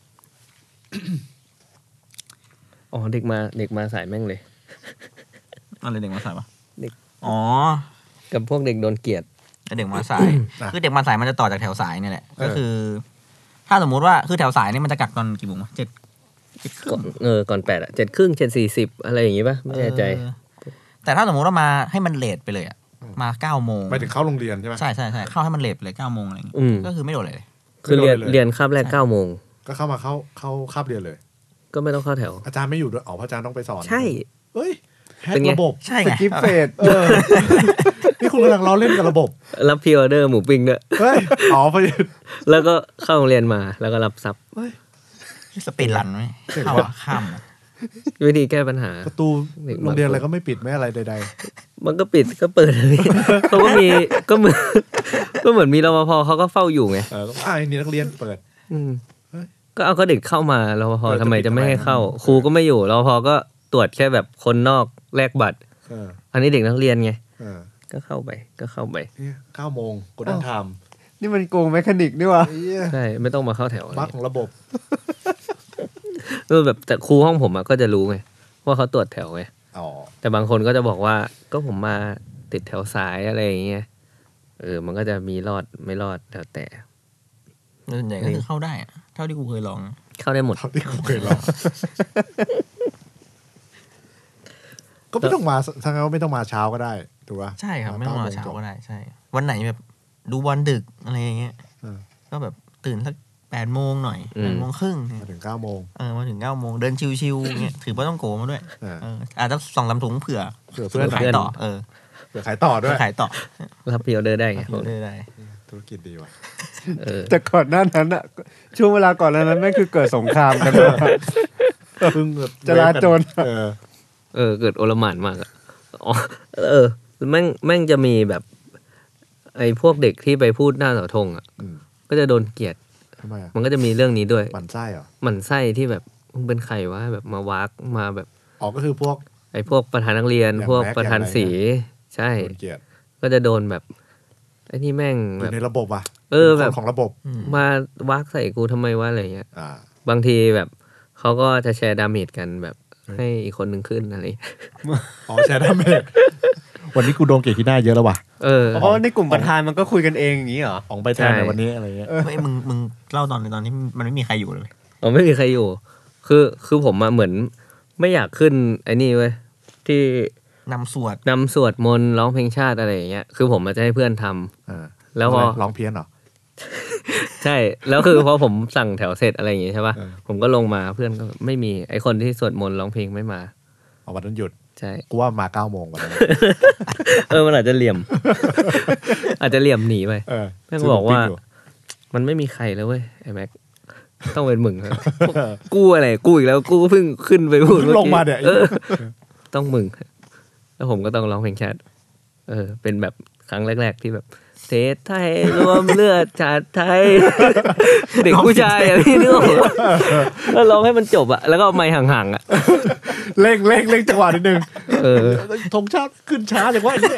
อ๋อเด็กมาสายแม่งเลยอะไรเด็กมาสายวะเด็กกับพวกเด็กโดนเกลียดเด็กมาสายคือเด็กมาสายมันจะต่อจากแถวสายนี่แหละก็คือถ้าสมมุติว่าคือแถวสายนี่มันจะกักตอนกี่โมง7:30 ก่อน8 7:30 7:40อะไรอย่างงี้ป่ะไม่แน่ใจแต่ถ้าสมมุติว่ามาให้มันเลทไปเลยมา9 โมงไปถึงเข้าโรงเรียนใช่ไหมใช่เข้าให้มันเลทไปเลย9 โมงอะไรอย่างงี้ก็คือไม่โดนเลยคือเรียนคาบแรก9 โมงก็เข้ามาเข้าคาบเรียนเลยก็ไม่ต้องเข้าแถวอาจารย์ไม่อยู่ด้วยพระอาจารย์ต้องไปสอนใช่เฮ้ยแฮกระบบใช่ไงสกิปเฟสนี่คุณกำลังล้อเล่นกับระบบรับพรีออเดอร์หมูปิ้งด้วยเฮ้ยพอดีแล้วก็เข้าโรงเรียนมาแล้วก็รับซับสปีดรันไหมเข้าข้ามวิธีแก้ปัญหาประตูโรงเรียนอะไรก็ไม่ปิดไม่อะไรใดๆมันก็ปิดก็เปิดเขาก็มีก็เหมือนมีรปภเขาก็เฝ้าอยู่ไงนี่นักเรียนเปิดก็เอาก็เด็กเข้ามารปภทำไมจะไม่ให้เข้าครูก็ไม่อยู่รปภก็ตรวจแค่แบบคนนอกแลกบัตรอันนี้เด็กนักเรียนไงก็เข้าไป 9 โมงกดดันทำนี่มันโกงแมคานิกนี่วะใช่ไม่ต้องมาเข้าแถวบั๊กของระบบแบบแต่ครูห้องผมก็จะรู้ไงว่าเขาตรวจแถวไงแต่บางคนก็จะบอกว่าก็ผมมาติดแถวสายอะไรอย่างเงี้ยมันก็จะมีรอดไม่รอดแล้วแต่ส่วนใหญ่ก็คือเข้าได้เท่าที่กูเคยลองเข้าได้หมดเท่าที่กูเคยลองก็ไม่ต้องมาถ้างั้นไม่ต้องมาเช้าก็ได้ถูกป่ะใช่ครับไม่ต้องมาเช้าก็ได้ใช่วันไหนแบบดูบอลดึกอะไรอย่างเงี้ยก็แบบตื่นสัก8 โมงหน่อย8 โมงครึ่งมาถึง9 โมงมาถึง9 โมงเดินชิวๆเงี้ยถือว่าต้องโกมาด้วยอาจจะ2-3 ถุงเผื่อเพื่อนขายต่อเผื่อขายต่อด้วยขายต่อรับพรีออเดอร์ได้ไงได้ธุรกิจดีว่ะแต่ก่อนหน้านั้นอ่ะช่วงเวลาก่อนหน้านั้นแม่งคือเกิดสงครามกันเพิ่งจลาจลเกิดโอลหม่านมากอ่ะแม่งจะมีแบบไอ้พวกเด็กที่ไปพูดหน้าเสาธงอ่ะก็จะโดนเกลียดมันก็จะมีเรื่องนี้ด้วยหมั่นไส้เหรอหมั่นไส้ที่แบบมึงเป็นใครวะแบบมาวากมาแบบก็คือพวกไอ้พวกประธานนักเรียนพวกประธานสีใช่โดนเกลียดก็จะโดนแบบไอ้นี่แม่งอแบบยู่ในระบบอ่ะแบบของระบบมาวักใส่กูทำไมวะอะไรเงี้ยอ่าบางทีแบบเขาก็จะแชร์ดาเมจกันแบบให้อีกคนหนึ่งขึ้นอะไรอ๋อแชร์ดาเมจวันนี้กูโดนเกลียดที่หน้าเยอะแล้วว่ะเพราะในกลุ่มประธานมันก็คุยกันเองอย่างนี้เหรอออกไปแทนในวันนี้อะไรเงี้ยไม่มึงเล่าตอนที่มันไม่มีใครอยู่เลยอ๋อไม่มีใครอยู่ คือผมมาเหมือนไม่อยากขึ้นไอ้นี่เว้ยที่นำสวดนำสวดมนต์ร้องเพลงชาติอะไรอย่างเงี้ยคือผมมาจะให้เพื่อนทำแล้วพอร้องเพี้ยนเหรอใช่แล้วคือพอผมสั่งแถวเสร็จอะไรอย่างเงี้ยใช่ป่ะเออผมก็ลงมาเพื่อนก็ไม่มีไอคนที่สวดมนต์ร้องเพลงไม่มาเอาวันนั้นหยุดใช่กูว่ามา9 โมงวันนั้นมันอาจจะเหลี่ยม อาจจะเหลี่ยมหนีไป แม่งบอกว่า มันไม่มีใครแล้วเว้ยไอ้แม็กต้องเป็นมึง กูอะไรกูอีกแล้วกูก็เพิ่งขึ้นไปพูดลงมาเนี่ยต้องมึง แล้วผมก็ต้องร้องเพลงชาติเป็นแบบครั้งแรกๆที่แบบเทศไทยรวมเลือดชาติไทย เด็กผู้ชายอะพี่นึกออกปะแล้วร้องให้มันจบอะแล้วก็เอาไมค์ห่างๆอะเร่งจังหวะนิดนึงธงชาติขึ้นช้าอย่างว่าเนี่ย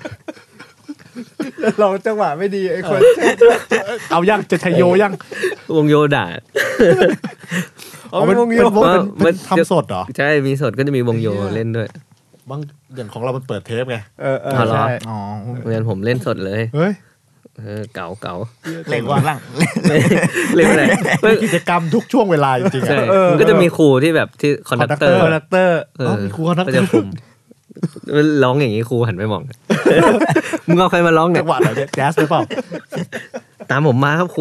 เราจังหวะไม่ดีไอ้คนเอายังจะชัยโยยังวงโยด่าเป็นวงโยเป็นทำสดเหรอใช่มีสดก็จะมีวงโยเล่นด้วยบางอย่างของเรามันเปิดเทปไงใช่อ๋อเรียนผมเล่นสดเลยเฮ้ยเก่าเล่นว่าล่างเล่นอะไรกิจกรรมทุกช่วงเวลาจริงๆใช่อะมันก็จะมีครูที่แบบที่คอนดักเตอร์คอนดักเตอร์มีครูคอนดักเตอร์ก็จะคุมร้องอย่างนี้ครูหันไปมอง มึงเอาใครมาร้องเนี่จัยงหวะไหนเนี่ยแจ๊สหรือเปล่าตามผมมาครับครู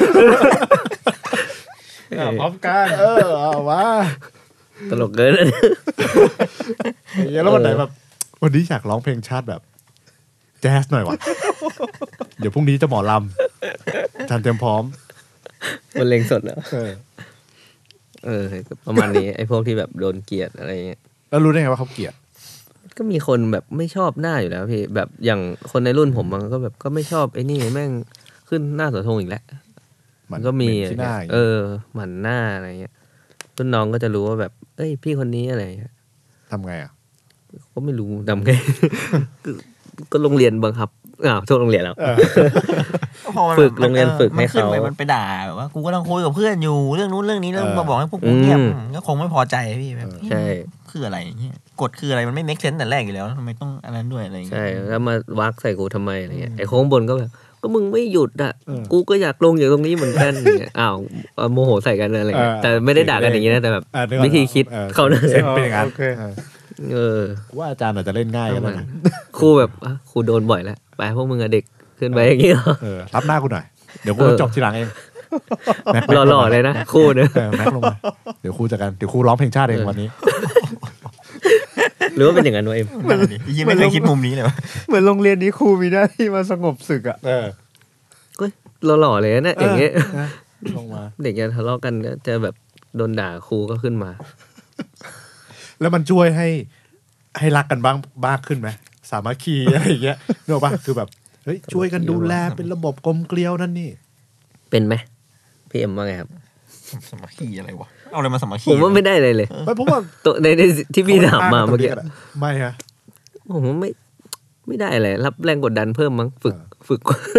พร้อมกันเอาว่าตลกเกินแล้ววันไหนแบบวันนี้อยากร้องเพลงชาติแบบแจ๊สหน่อยวะเดี๋ยวพรุ่งนี้จะหมอลำทันเตรียมพร้อมมันเลงสดแล้วประมาณนี้ไอ้พวกที่แบบโดนเกลียดอะไรเงี้ยแล้วรู้ได้ไงว่าเขาเกลียดก็มีคนแบบไม่ชอบหน้าอยู่แล้วพี่แบบอย่างคนในรุ่นผมมันก็แบบก็ไม่ชอบไอ้นี่แม่งขึ้นหน้าเสาธงอีกแล้วมันก็มีที่หน้าหมันหน้าอะไรเงี้ยรุ่นน้องก็จะรู้ว่าแบบเอ้ยพี่คนนี้อะไรเงี้ยทำไงอ่ะก็ไม่รู้ทำไง ก็โรงเรียนบังคับทั่วโรงเรียนแล้ว ฝึกโรงเรียนฝึกให้เขามันไปด่าแบบว่ากูก็ต้องคุยกับเพื่อนอยู่เรื่องนู้นเรื่องนี้แล้วมาบอกให้พวกกูเงียบก็คงไม่พอใจพี่แบบใช่คืออะไรเงี้ยกฎคืออะไรมันไม่ make sense แต่แรกอยู่แล้วทำไมต้องอันนั้นด้วยอะไรเงี้ยใช่แล้วมาวักใส่กูทำไมอะไรเงี้ยไอ้โค้งบนก็แบบก็มึงไม่หยุดอ่ะกูก็อยากลงอย่างตรงนี้เหมือนกันอย่างเงี้ยโมโหใส่กันอะไรเงี้ยแต่ไม่ได้ด่ากันอย่างนี้นะแต่แบบวิธีคิดเขาเนี่ยเซ็ตเป็นอย่างนั้น ว่าอาจารย์อาจจะเล่นง่ายกันนะครูแบบครูโดนบ่อยแล้วไปพวกมึงอะเด็กขึ้นไปอย่างเงี้ยรับหน้ากูหน่อยเดี๋ยวกูจบทีหลังเองหล่อๆเลยนะครูเนี่ยแม็กลงมาเดี๋ยวครูจัดการเดี๋ยวครูร้องเพลงชาติเองวันนี้หรือว่าเป็นอย่างนั้นวะเอ็มยังไม่เคยคิดมุมนี้เลยวะเหมือนโรงเรียนนี้ครูมีหน้าที่มาสงบศึกอ่ะหล่อๆเลยนะอย่างเงี้ยลงมาเด็กจะทะเลาะกันจะแบบโดนด่าครูก็ขึ้นมาแล้วมันช่วยให้รักกันบ้างขึ้นไหมสามัคคีอะไรอย่างเงี้ยนึกออกปะคือแบบเฮ้ยช่วยกันดูแลเป็นระบบกลมเกลียวนั่นนี่เป็นไหมพี่เอ็มว่าไงครับสามัคคีอะไรวะเอาอะไรมาสามัคคีผมว่าไม่ได้เลยเลยไม่เพราะว่าตัวในที่พี่ถามมาเมื่อกี้ไม่ฮะผมว่าไม่ได้เลยรับแรงกดดันเพิ่มมั้งฝึก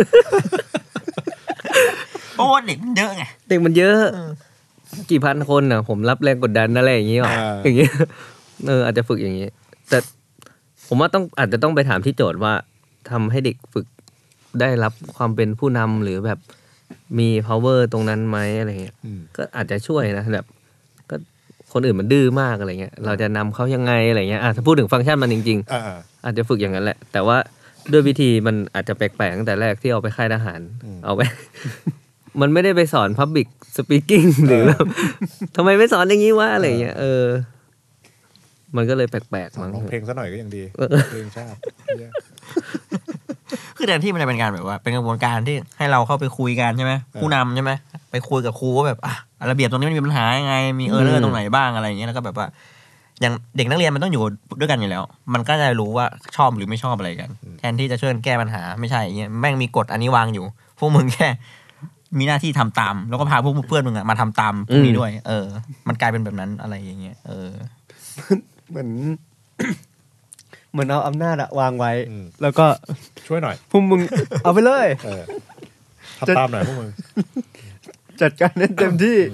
เพราะว่าเด็กมันเยอะไงเด็กมันเยอะกี่พันคนอ่ะผมรับแรงกดดันอะไรอย่างงี้หรออย่างเงี้ยอาจจะฝึกอย่างงี้แต่ผมว่าอาจจะต้องไปถามที่โจทย์ว่าทำให้เด็กฝึกได้รับความเป็นผู้นำหรือแบบมี power ตรงนั้นไหมอะไรเงี้ยก็อาจจะช่วยนะแบบก็คนอื่นมันดื้อมากอะไรเงี้ยเราจะนำเขายังไงอะไรเงี้ยถ้าพูดถึงฟังก์ชันมันจริงๆอาจจะฝึกอย่างนั้นแหละแต่ว่าด้วยวิธีมันอาจจะแปลกๆตั้งแต่แรกที่เอาไปค่ายทหารเอาไป มันไม่ได้ไปสอน public speaking หรือแบบทำไมไม่สอนอย่างนี้วะอะไรเงี้ยมันก็เลยแปลกๆมั้งร้องเพลงซะหน่อยก็ยังดีเพลงชาติคือแทนที่มันจะเป็นการแบบว่าเป็นกระบวนการที่ให้เราเข้าไปคุยกันใช่ไหมผู้นำใช่ไหมไปคุยกับครูว่าแบบระเบียบตรงนี้มันมีปัญหายังไงมีเออร์เลอร์ตรงไหนบ้างอะไรอย่างเงี้ยแล้วก็แบบว่าอย่างเด็กนักเรียนมันต้องอยู่ด้วยกันอยู่แล้วมันก็จะรู้ว่าชอบหรือไม่ชอบอะไรกันแทนที่จะช่วยแก้ปัญหาไม่ใช่อย่างเงี้ยแม่งมีกฎอันนี้วางอยู่พวกมึงแค่มีหน้าที่ทำตามแล้วก็พาพวกเพื่อนมึงมาทำตามพวกนี้ด้วยมันกลายเป็นแบบนั้นอะไรอย่างเงี้ยเหมือนเหมือนเอาอำนาจอะวางไว้อืมแล้วก็ช่วยหน่อยพวกมึงเอาไปเลยทำตามหน่อยพวกมึงจัดการให้เต็มที่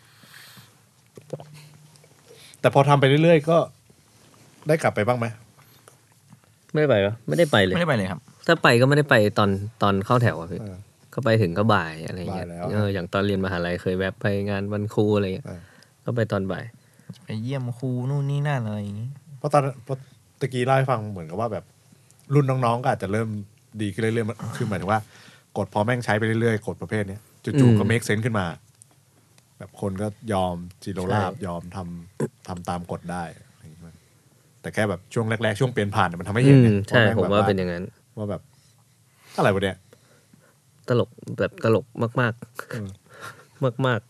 แต่พอทำไปเรื่อยๆก็ได้กลับไปบ้างไหมไม่ได้ไปปะไม่ได้ไปเลยไม่ได้ไปเลยครับถ้าไปก็ไม่ได้ไปตอนเข้าแถวอะพี่เออก็ไปถึงก็บ่ายอะไรเงี้ยบ่ายแล้วอย่างตอนเรียนมหาลัยเคยแวบไปงานวันครูอะไรเงี้ยเออก็ไปตอนบ่ายไปเยี่ยมครูนู่นนี่นั่นอะไรอย่างงี้เพราะตะกี้เล่าให้ฟังเหมือนกับว่าแบบรุ่นน้องๆก็อาจจะเริ่มดีขึ้นเรื่อยๆคือหมายถึงว่ากฎพอแม่งใช้ไปเรื่อยๆกฎประเภทเนี้ยจู่ๆก็เมคเซนส์ขึ้นมา แบบคนก็ยอมจีโรราบยอมทำตามกฎได้อะไรอย่างเงี้ยแต่แค่แบบช่วงแรกๆช่วงเปลี่ยนผ่านเนี่ยมันทำให้เห็นเนี่ยใช่แงผมแบบว่าเป็นอย่างนั้นว่าแบบอะไรวะเนี่ยตลกแบบตลกมากอืมๆ มาก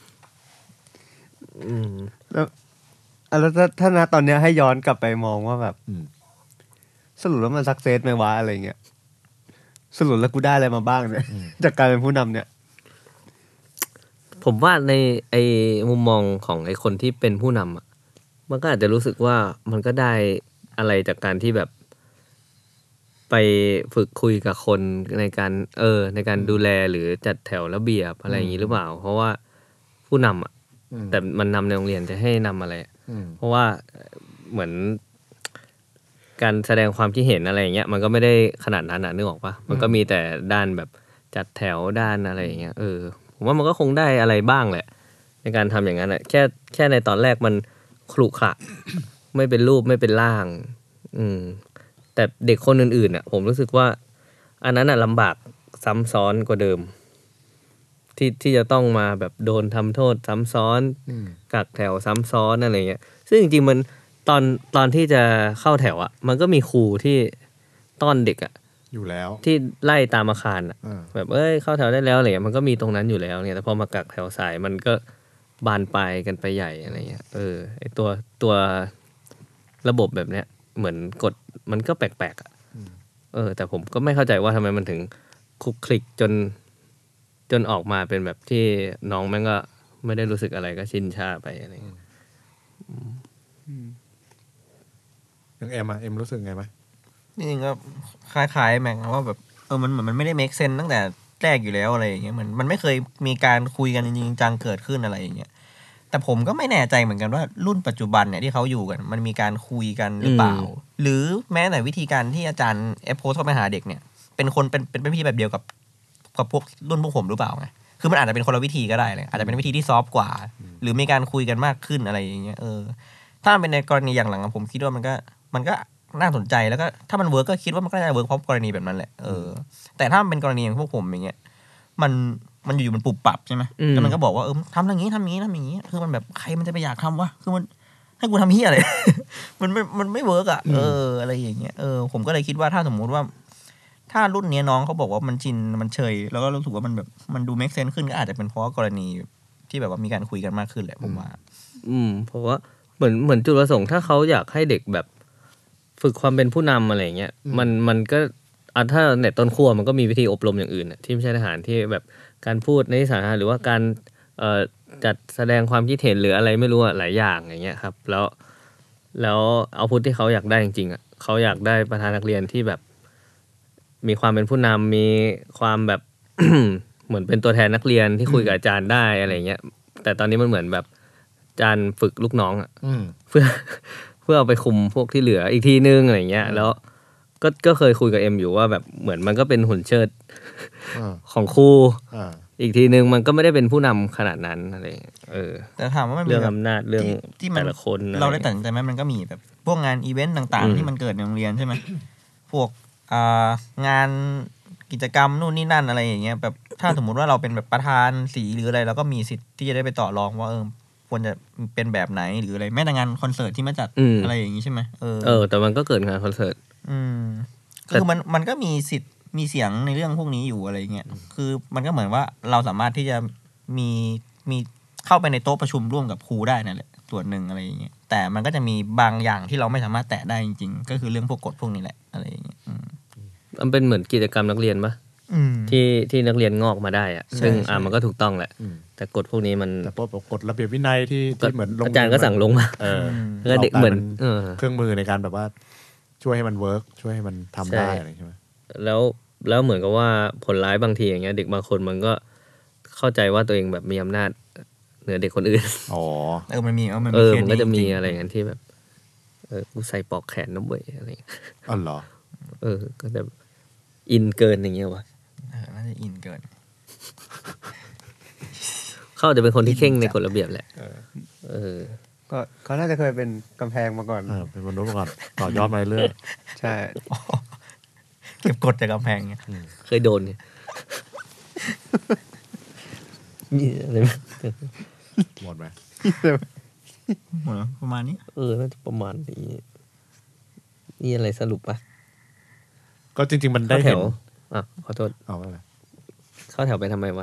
ๆแล้วถ้านะตอนเนี้ยให้ย้อนกลับไปมองว่าแบบอืมสรุปแล้วมันสักเซสไหมวะอะไรเงี้ยสรุปแล้วกูได้อะไรมาบ้างเนี่ยจากการเป็นผู้นำเนี่ยผมว่าในไอ้มุมมองของไอ้คนที่เป็นผู้นำอ่ะมันก็อาจจะรู้สึกว่ามันก็ได้อะไรจากการที่แบบ ไปฝึกคุยกับคนในการในการดูแลหรือจัดแถวระเบียบอะไรอย่างนี้หรือเปล่า เพราะว่าผู้นำอ่ะ แต่มันนำในโรงเรียนจะให้นำอะไร เพราะว่าเหมือนการแสดงความคิดเห็นอะไรอย่างเงี้ยมันก็ไม่ได้ขนาดนั้นนึกออกปะมันก็มีแต่ด้านแบบจัดแถวด้านอะไรอย่างเงี้ยผมว่ามันก็คงได้อะไรบ้างแหละ ในการทำอย่างนั้นแค่ในตอนแรกมันขรุขระ ไม่เป็นรูปไม่เป็นร่าง แต่เด็กคนอื่นๆผมรู้สึกว่า อันนั้นลำบากซ้ำซ้อนกว่าเดิม ที่จะต้องมาแบบโดนทำโทษซ้ำซ้อนกักแถวซ้ำซ้อนอะไรเงี้ยซึ่งจริงๆมันตอนที่จะเข้าแถวมันก็มีครูที่ต้อนเด็กอยู่แล้วที่ไล่ตามอาคารแบบเข้าแถวได้แล้วอะไรเงี้ยมันก็มีตรงนั้นอยู่แล้วเนี่ยแต่พอมากักแถวสายมันก็บานปลายกันไปใหญ่อะไรเงี้ยไอตัวระบบแบบเนี้ยเหมือนกฎมันก็แปลกๆแต่ผมก็ไม่เข้าใจว่าทำไมมันถึงคลุกคลิกจนออกมาเป็นแบบที่น้องแม่งก็ไม่ได้รู้สึกอะไรก็ชินชาไปอะไรเงี้ยอย่างเอ็มรู้สึกไงไหมจริงๆก็คล้ายๆแม็กว่าแบบมันเหมือนมันไม่ได้ make sense ตั้งแต่แรกอยู่แล้วอะไรอย่างเงี้ยมันไม่เคยมีการคุยกันจริงๆจังเกิดขึ้นอะไรอย่างเงี้ยแต่ผมก็ไม่แน่ใจเหมือนกันว่ารุ่นปัจจุบันเนี่ยที่เขาอยู่กันมันมีการคุยกันหรือเปล่า หรือแม้แต่วิธีการที่อาจารย์โพสเข้าไปหาเด็กเนี่ยเป็นวิธีแบบเดียวกับพวกรุ่นพวกผมหรือเปล่าไงคือมันอาจจะเป็นคนละวิธีก็ได้เลยอาจจะเป็นวิธีที่ซอฟต์กว่า หรือมีการคุยกันมากขึ้นอะไรอย่างเงี้ยถ้าเป็นในกรณีอย่างหลังผมคิดว่ามันก็น่าสนใจแล้วก็ถ้ามันเวิร์กก็คิดว่ามันก็น่าจะเวิร์กเพราะกรณีแบบนั้นแหละแต่ถ้ามันเป็นกรณีอย่างพวกผมอย่างเงี้ยมันอยู่ๆมันปรับปรับใช่ไหมแล้วมันก็บอกว่าทำอย่างนี้ทำอย่างนี้ทำอย่างนี้คือมันแบบใครมันจะไปอยากทำวะคือมันให้กูทำเหี้ยอะไร มันไม่เวิร์กอ่ะอะไรอย่างเงี้ยผมก็เลยคิดว่าถ้าสมมุติว่าถ้ารุ่นนี้น้องเขาบอกว่ามันชินมันเฉยแล้วก็รู้สึกว่ามันแบบมันดูเมคเซนส์ขึ้นก็อาจจะเป็นเพราะกรณีที่แบบว่ามีการคุยกันมากขึ้นแหละผมว่าเพราะว่าเหมือนจุดประสงค์ถ้าเขาอยากให้เด็กแบบฝึกความเป็นผู้นำอะไรเงี้ยมันก็ถ้าในต้นขั้วมันก็มีวิธีอบรมอย่างอื่นที่ไม่ใช่ทหารที่แบบการพูดในที่สาธารณะหรือว่าการจัดแสดงความคิดเห็นหรืออะไรไม่รู้หลายอย่างอย่างเงี้ยครับแล้วเอาพุทที่เขาอยากได้จริงๆเขาอยากได้ประธานนักเรียนที่แบบมีความเป็นผู้นำมีความแบบ เหมือนเป็นตัวแทนนักเรียนที่คุยกับอาจารย์ได้อะไรเงี้ยแต่ตอนนี้มันเหมือนแบบอาจารย์ฝึกลูกน้องเพื่อเอาไปคุมพวกที่เหลืออีกทีนึงอะไรเงี้ยแล้วก็เคยคุยกับเอ็มอยู่ว่าแบบเหมือนมันก็เป็นหุ่นเชิดของครูอีกทีนึงมันก็ไม่ได้เป็นผู้นำขนาดนั้นอะไรแต่ถามว่ามันเรื่องอำนาจเรื่องแต่ละคนเราได้ตัดสินใจไหมมันก็มีแบบพวกงานอีเวนต์ต่างๆที่มันเกิดในโรงเรียนใช่ไหมพวกงานกิจกรรมนู่นนี่นั่นอะไรอย่างเงี้ยแบบถ้าสมมุติว่าเราเป็นแบบประธานสีหรืออะไรเราก็มีสิทธิ์ที่จะได้ไปต่อรองว่าควรจะเป็นแบบไหนหรืออะไรแม้แต่งานคอนเสิร์ตที่มาจัดอะไรอย่างงี้ใช่ไหมแต่มันก็เกิดงานคอนเสิร์ตคือมันก็มีสิทธิ์มีเสียงในเรื่องพวกนี้อยู่อะไรเงี้ยคือมันก็เหมือนว่าเราสามารถที่จะมีเข้าไปในโต๊ะประชุมร่วมกับครูได้นั่นแหละส่วนหนึ่งอะไรอย่างเงี้ยแต่มันก็จะมีบางอย่างที่เราไม่สามารถแตะได้จริงๆก็คือเรื่องพวกกฎพวกนี้แหละอะไรอย่างเงี้ยมันเป็นเหมือนกิจกรรมนักเรียนปะที่นักเรียนงอกมาได้ซึ่งมันก็ถูกต้องแหละแต่กฎพวกนี้มันแต่กฎระเบียบวินัยที่เหมือนอาจารย์ก็สั่งลงมาก็เด็กเหมือนเครื่องมือในการแบบว่าช่วยให้มันเวิร์กช่วยให้มันทำได้อะไรใช่ไหมแล้วเหมือนกับว่าผลร้ายบางทีอย่างเงี้ยเด็กบางคนมันก็เข้าใจว่าตัวเองแบบมีอำนาจเหนือเด็กคนอื่นอ๋อมันมีมันก็จะมีอะไรอย่างนั้นที่แบบกูใส่ปลอกแขนน้ำเว้ยอะไรอ๋อเหรอก็จะอินเกินอย่างเงี้ยวะน่าจะอินเกินเขาจะเป็นคนที่เข่งในกฎระเบียบแหละก็น่าจะเคยเป็นกำแพงมาก่อนเป็นมนุษย์มาก่อนต่อยอดมาเรื่อยใช่เก็บกดจากกำแพงเนี่ยเคยโดนเนี่ยนี่อะไรหมดไหมหมดประมาณนี้น่าจะประมาณนี้นี่อะไรสรุปปะก็จริงๆมันได้เห็นขอโทษเอาอะไรเข้าแถวไปทำไมวะ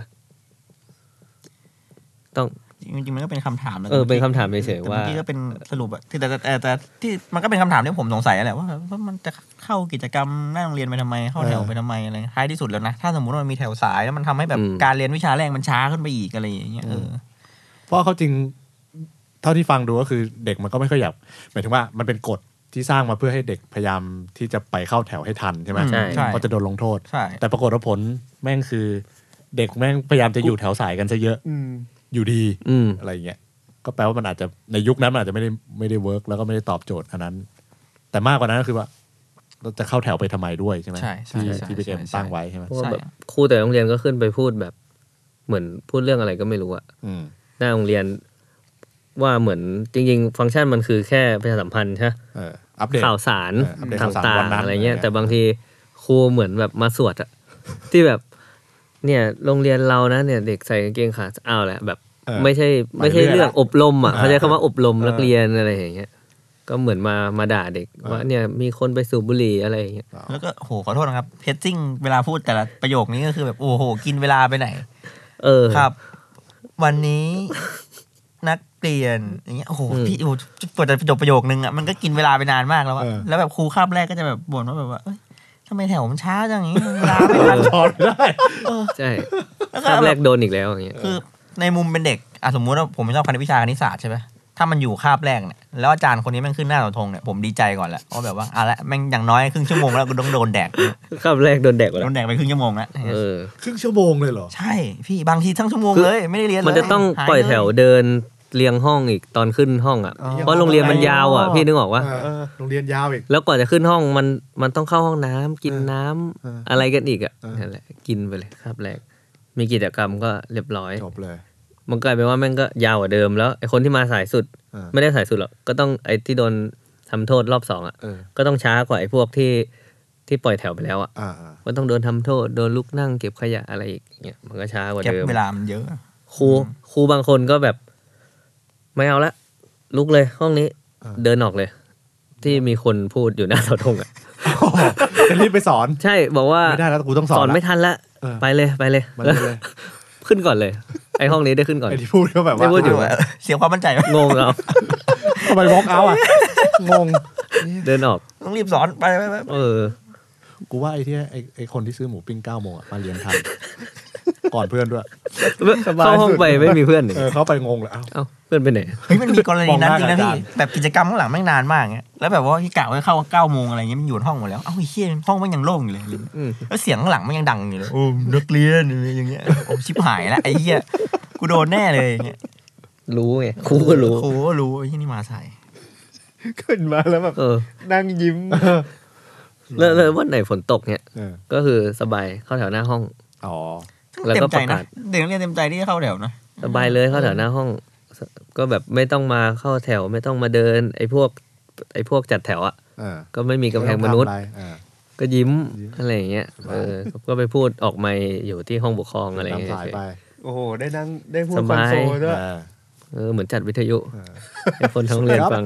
ต้องจริงๆมันก็เป็นคำถามเป็นคำถามเฉยๆว่าที่ก็เป็นสรุปอะแต่ที่มันก็เป็นคำถามที่ผมสงสัยแหละว่ามันจะเข้ากิจกรรมหน้าโรงเรียนไปทำไมเข้าแถวไปทำไมอะไรท้ายที่สุดแล้วนะถ้าสมมติว่ามันมีแถวสายแล้วมันทำให้แบบการเรียนวิชาแรกมันช้าขึ้นไปอีกอะไรอย่างเงี้ยเพราะเขาจริงเท่าที่ฟังดูก็คือเด็กมันก็ไม่ค่อยอยากหมายถึงว่ามันเป็นกฎที่สร้างมาเพื่อให้เด็กพยายามที่จะไปเข้าแถวให้ทันใช่ไหมเพราะจะโดนลงโทษแต่ปรากฏว่าผลแม่งคือเด็กแม่งพยายามจะอยู่แถวสายกันซะเยอะอยู่ดีอะไรเงี้ยก็แปลว่ามันอาจจะในยุคนั้นมันอาจจะไม่ได้เวิร์กแล้วก็ไม่ได้ตอบโจทย์อันนั้นแต่มากกว่านั้นก็คือว่าเราจะเข้าแถวไปทำไมด้วยใช่ไหมที่พี่เอ็มตั้งไว้ใช่ไหมเพราะแบบครูแต่โรงเรียนก็ขึ้นไปพูดแบบเหมือนพูดเรื่องอะไรก็ไม่รู้อะหน้าโรงเรียนว่าเหมือนจริงๆฟังก์ชันมันคือแค่ประชาสัมพันธ์ใช่อัปเดตข่าวสารต่างๆอะไรเงี้ยแต่บางทีครูเหมือนแบบมาสวดอะที่แบบเนี่ยโรงเรียนเรานะเนี่ยเด็กใส่กางเกงขาเอาแหละแบบไม่ใช่เรื่องอบรมอ่ะเขาใช้คำว่าอบรมนักเรียนอะไรอย่างเงี้ยก็เหมือนมาด่าเด็กว่าเนี่ยมีคนไปสูบบุหรี่อะไรอย่างเงี้ยแล้วก็โหขอโทษนะครับเพจจิ้งเวลาพูดแต่ละประโยคนี้ก็คือแบบโอ้โหกินเวลาไปไหนครับวันนี้นักเรียนอย่างเงี้ยโอ้โหพี่โอ้กว่าจะจบประโยคนึงอ่ะมันก็กินเวลาไปนานมากแล้วแล้วแบบครูคาบแรกก็จะแบบบ่นว่าแบบว่าทำไมแถวมันช้าจังอย่างนี้เวลาไม่ทันถอดไม่ได้ใช่คาบแรกโดนอีกแล้วอย่างเงี้ยคือในมุมเป็นเด็กสมมุติว่าผมไม่ชอบคณิตวิชาคณิตศาสตร์ใช่ไหมถ้ามันอยู่คาบแรกเนี่ยแล้วอาจารย์คนนี้แม่งขึ้นหน้าเสาธงเนี่ยผมดีใจก่อนแหละว่าแบบว่าละแม่งอย่างน้อยครึ่งชั่วโมงแล้วกูต้องโดนแดกคาบแรกโดนแดกไปครึ่งชั่วโมงแล้วครึ่งชั่วโมงเลยเหรอใช่พี่บางทีทั้งชั่วโมงเลยไม่ได้เรียนเลยมันจะต้องปล่อยแถวเดินเรียงห้องอีกตอนขึ้นห้องอ่ะเพราะโรงเรียนมันยาวอ่ะพี่นึกออกว่าโรงเรียนยาวอีกแล้วกว่าจะขึ้นห้องมันต้องเข้าห้องน้ำกินน้ำอะไรกันอีกอ่ะนั่นแหละกินไปเลยครับแรกมีกิจกรรมก็เรียบร้อยจบเลยมันกลายเป็นว่าแม่งก็ยาวกว่าเดิมแล้วไอ้คนที่มาสายสุดไม่ได้สายสุดหรอกก็ต้องไอ้ที่โดนทำโทษรอบ2อ่ะก็ต้องช้ากว่าไอ้พวกที่ปล่อยแถวไปแล้วอ่ะก็ต้องโดนทำโทษโดนลุกนั่งเก็บขยะอะไรอีกเนี่ยมันก็ช้ากว่าเดิมเวลามันเยอะครูบางคนก็แบบไม่เอาละลุกเลยห้องนี้เดินออกเลยที่มีคนพูดอยู่หน้าเสาธงอ่ะจะรีบไปสอนใช่บอกว่าไม่ได้แล้วกูต้องสอนไม่ทันละไปเลยขึ้นก่อนเลยไอห้องนี้ได้ขึ้นก่อนไอที่พูดก็แบบว่าเสียความมั่นใจงงเราทำไมวอล์กเอาท์อ่ะงงเดินออกต้องรีบสอนไปกูว่าไอที่ไอคนที่ซื้อหมูปิ้ง9 โมงมาเรียนทันก่อนเพื่อนด้วยเข้าห้องไปไม่มีเพื่อนเขาไปงงเลยเอ้าเพื่อนไปไหนเฮ้ยมันมีกรณีนั้นจริงนะพี่แบบกิจกรรมข้างหลังไม่นานมากเงี้ยแล้วแบบว่าที่กะว่าเข้า9 โมงอะไรเงี้ยมันอยู่ห้องหมดแล้วเอ้าไอ้เหี้ยห้องมันยังโล่งอยู่เลยแล้วเสียงข้างหลังมันยังดังอยู่เลยโอ้นักเรียนอย่างเงี้ยโอ้ชิบหายแล้วไอ้เหี้ยกูโดนแน่เลยอย่างเงี้ยรู้ไงครูก็รู้ไอ้ที่นี่มาใส่ขึ้นมาแล้วแบบนั่งยิ้มแล้ววันไหนฝนตกเนี่ยก็คือสบายเข้าแถวหน้าห้องแล้วก็ประกาศเด็กนักเรียนเต็มใจที่จะเข้าแถวนะสบายเลยเข้าแถวหน้าห้องก็แบบไม่ต้องมาเข้าแถวไม่ต้องมาเดินไอ้พวกจัดแถวอ่ะก็ไม่มีกำแพงมนุษย์ก็ยิ้มอะไรอย่างเงี้ยก็ไปพูดออกไมค์อยู่ที่ห้องปกครองอะไรอย่างเงี้ยโอ้โหได้นั่งได้พูดคอนโซลด้วยเหมือนจัดวิทยุให้คนทั้งเรียนฟัง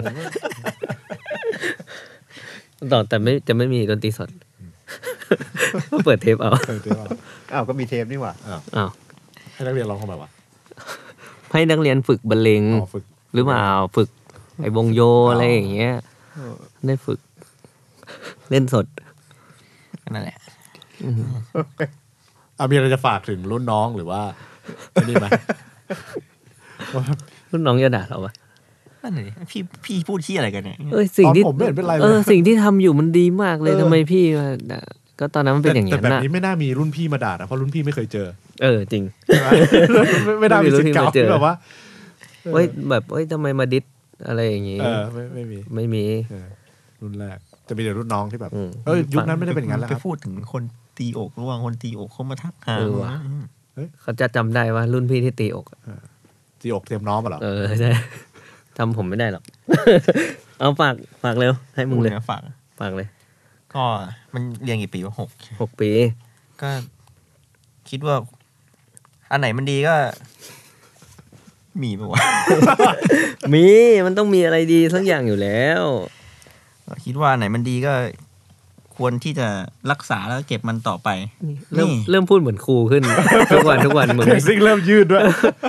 ต่อแต่จะไม่มีดนตรีสดเปิดเทปเอาก็มีเทปนี่หว่าให้นักเรียนร้องทำไมวะให้นักเรียนฝึกบรรเลงหรือเปล่าฝึกไอ้วงโยอะไรอย่างเงี้ยได้ฝึกเล่นสดนั่นแหละมีอะไรจะฝากถึงรุ่นน้องหรือว่านี่ไหมรุ่นน้องจะด่าเราปะน่านั่นเลยพี่พูดที่อะไรกันเนี่ยสิ่งที่ผมไม่เห็นเป็นไรเลยสิ่งที่ทำอยู่มันดีมากเลยทำไมพี่มาก็ตอนนั้นมันเป็นอย่างแต่นั้นแบบนะนี้ไม่น่ามีรุ่นพี่มาด่านะเพราะรุ่นพี่ไม่เคยเจอจริงใช่ไหมไม่น่ามีสิทธิ์เก่าไม่มีรุ่นพี่มาเจอที่แบบว่าเว้ยแบบเว้ยทำไมมาดิสอะไรอย่างงี้ไม่มีไม่มีรุ่นแรกจะมีแต่รุ่นน้องที่แบบอืมยุคนั้นไม่ได้เป็นอย่างนั้นแล้วคไปรับพูดถึงคนตีอกระหว่างคนตีอกเขามาทักหาว่ะเขาจะจำได้ว่ารุ่นพี่ที่ตีอกอะจีอกเตรียมน้องมาเหรอใช่ทำผมไม่ได้หรอก เอาฝากเร็วให้มึงเลยฝากฝากเลยก็มันเรียนกี่ปีวะ 6 ปีก็คิดว่า อันไหนมันดีก็ มีปะวะมันต้องมีอะไรดีสักอย่างอยู่แล้วคิดว่าอันไหนมันดีก็ ควรที่จะรักษาแล้วเก็บมันต่อไปเริ่มพูดเหมือนครูขึ้น ทุกวันเหมือนเซิ่งเริ่มยืดด้วย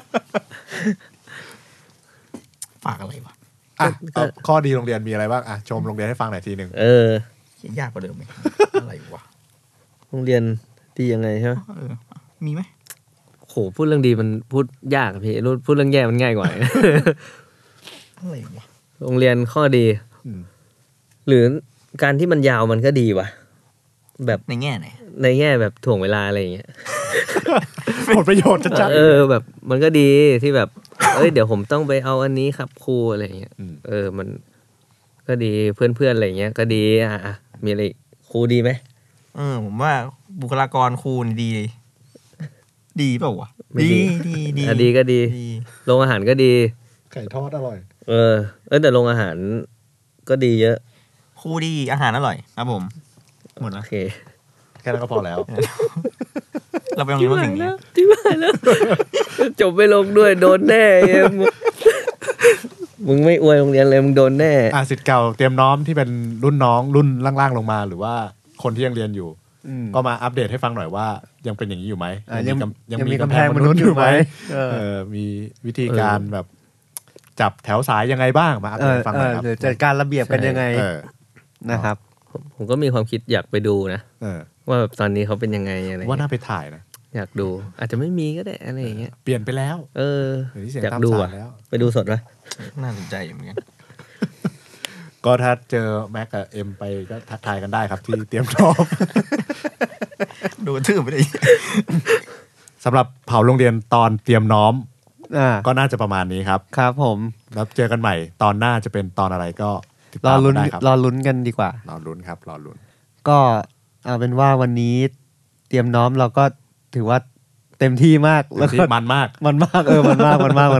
ฝากอะไรวะเอาข้อดีโรงเรียนมีอะไรบ้างชมโรงเรียนให้ฟังหน่อยทีหนึ่งยากกว่าเดิมไหม อะไรวะโรงเรียนดียังไงใช่ไหมมีไหมโหพูดเรื่องดีมันพูดยากอะพี่พูดเรื่องแย่มันง่ายกว่าอะไรวะโรงเรียนข้อดี หรือการที่มันยาวมันก็ดีว่ะ แบบในแง่ไหนในแง่แบบถ่วงเวลาอะไรอย่างเงี้ยผลประโยชน์ชัดแบบมันก็ดีที่แบบ เดี๋ยวผมต้องไปเอาอันนี้ครับครูอะไรอย่างเงี้ยมันก็ดีเพื่อนๆอะไรอย่างเงี้ยก็ดีมีอะไรครูดีไหมผมว่าบุคลากรครูนี่ดีเปล่าวะไม่ดีดีดีก็ดีโรงอาหารก็ดีๆไก่ทอดอร่อยแต่โรงอาหารก็ดีเยอะครูดีอาหารอร่อยครับผมหมดโอแล้วเคแค่นั้นก็พอแล้วเราไปโรงเรียนว่าสิ่งนี้ที่บ้านแล้ว จบไม่ลงด้วยโดนแน่เอ็มมึงไม่อวยโรงเรียนเลยมึงโดนแน่สิทธิ์เก่าเตรียมน้อมที่เป็นรุ่นน้องรุ่นล่างๆลงมา หรือว่าคนที่ยังเรียนอยู่ ก็มาอัปเดตให้ฟังหน่อยว่ายังเป็นอย่างนี้อยู่ไหมยังมีกำแพงมนุษย์อยู่ไหมมีวิธีการแบบจับแถวสายยังไงบ้างมาอัปเดตให้ฟังหน่อยครับหรือจัดการระเบียบกันยังไงนะครับผมก็มีความคิดอยากไปดูนะ ว่าแบบตอนนี้เขาเป็นยังไงอะไรว่าน่าไปถ่ายนะอยากดู อาจจะไม่มีก็ได้อะไรอย่างเงี้ยเปลี่ยนไปแล้วอยากดูแล้วไปดูสดไหมน่าสนใจเหมือนกันก็ถ้าเจอแม็กกับเอ็มไปก็ทักทายกันได้ครับที่เตรียมน้อมดูทื่อไปเลยสำหรับเผาโรงเรียนตอนเตรียมน้อมก็น่าจะประมาณนี้ครับครับผมแล้วเจอกันใหม่ตอนหน้าจะเป็นตอนอะไรก็ติดรอตามลุ้นได้ครับรอลุ้นกันดีกว่ารอลุ้นครับรอลุ้นก็เอาเป็นว่าวันนี้เตรียมน้อมเราก็ถือว่าเต็มที่มากแล้วที่ก็มันมากมันมากมันมาก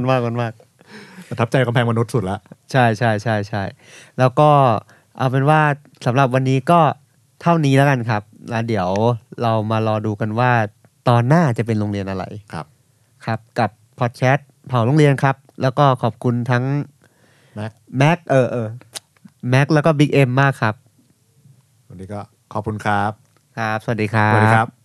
ประทับใจกำแพงมนุษย์สุดละใช่แล้วก็เอาเป็นว่าสำหรับวันนี้ก็เท่านี้แล้วกันครับแล้วเดี๋ยวเรามารอดูกันว่าตอนหน้าจะเป็นโรงเรียนอะไรครับครับกับพอดแคสต์เผาโรงเรียนครับ แล้วก็ขอบคุณทั้งแม็กแม็กแม็กแล้วก็บิ๊กเอ็มมากครับวันนี้ก็ขอบคุณครับครับ สวัสดีครับสวัสดีครับ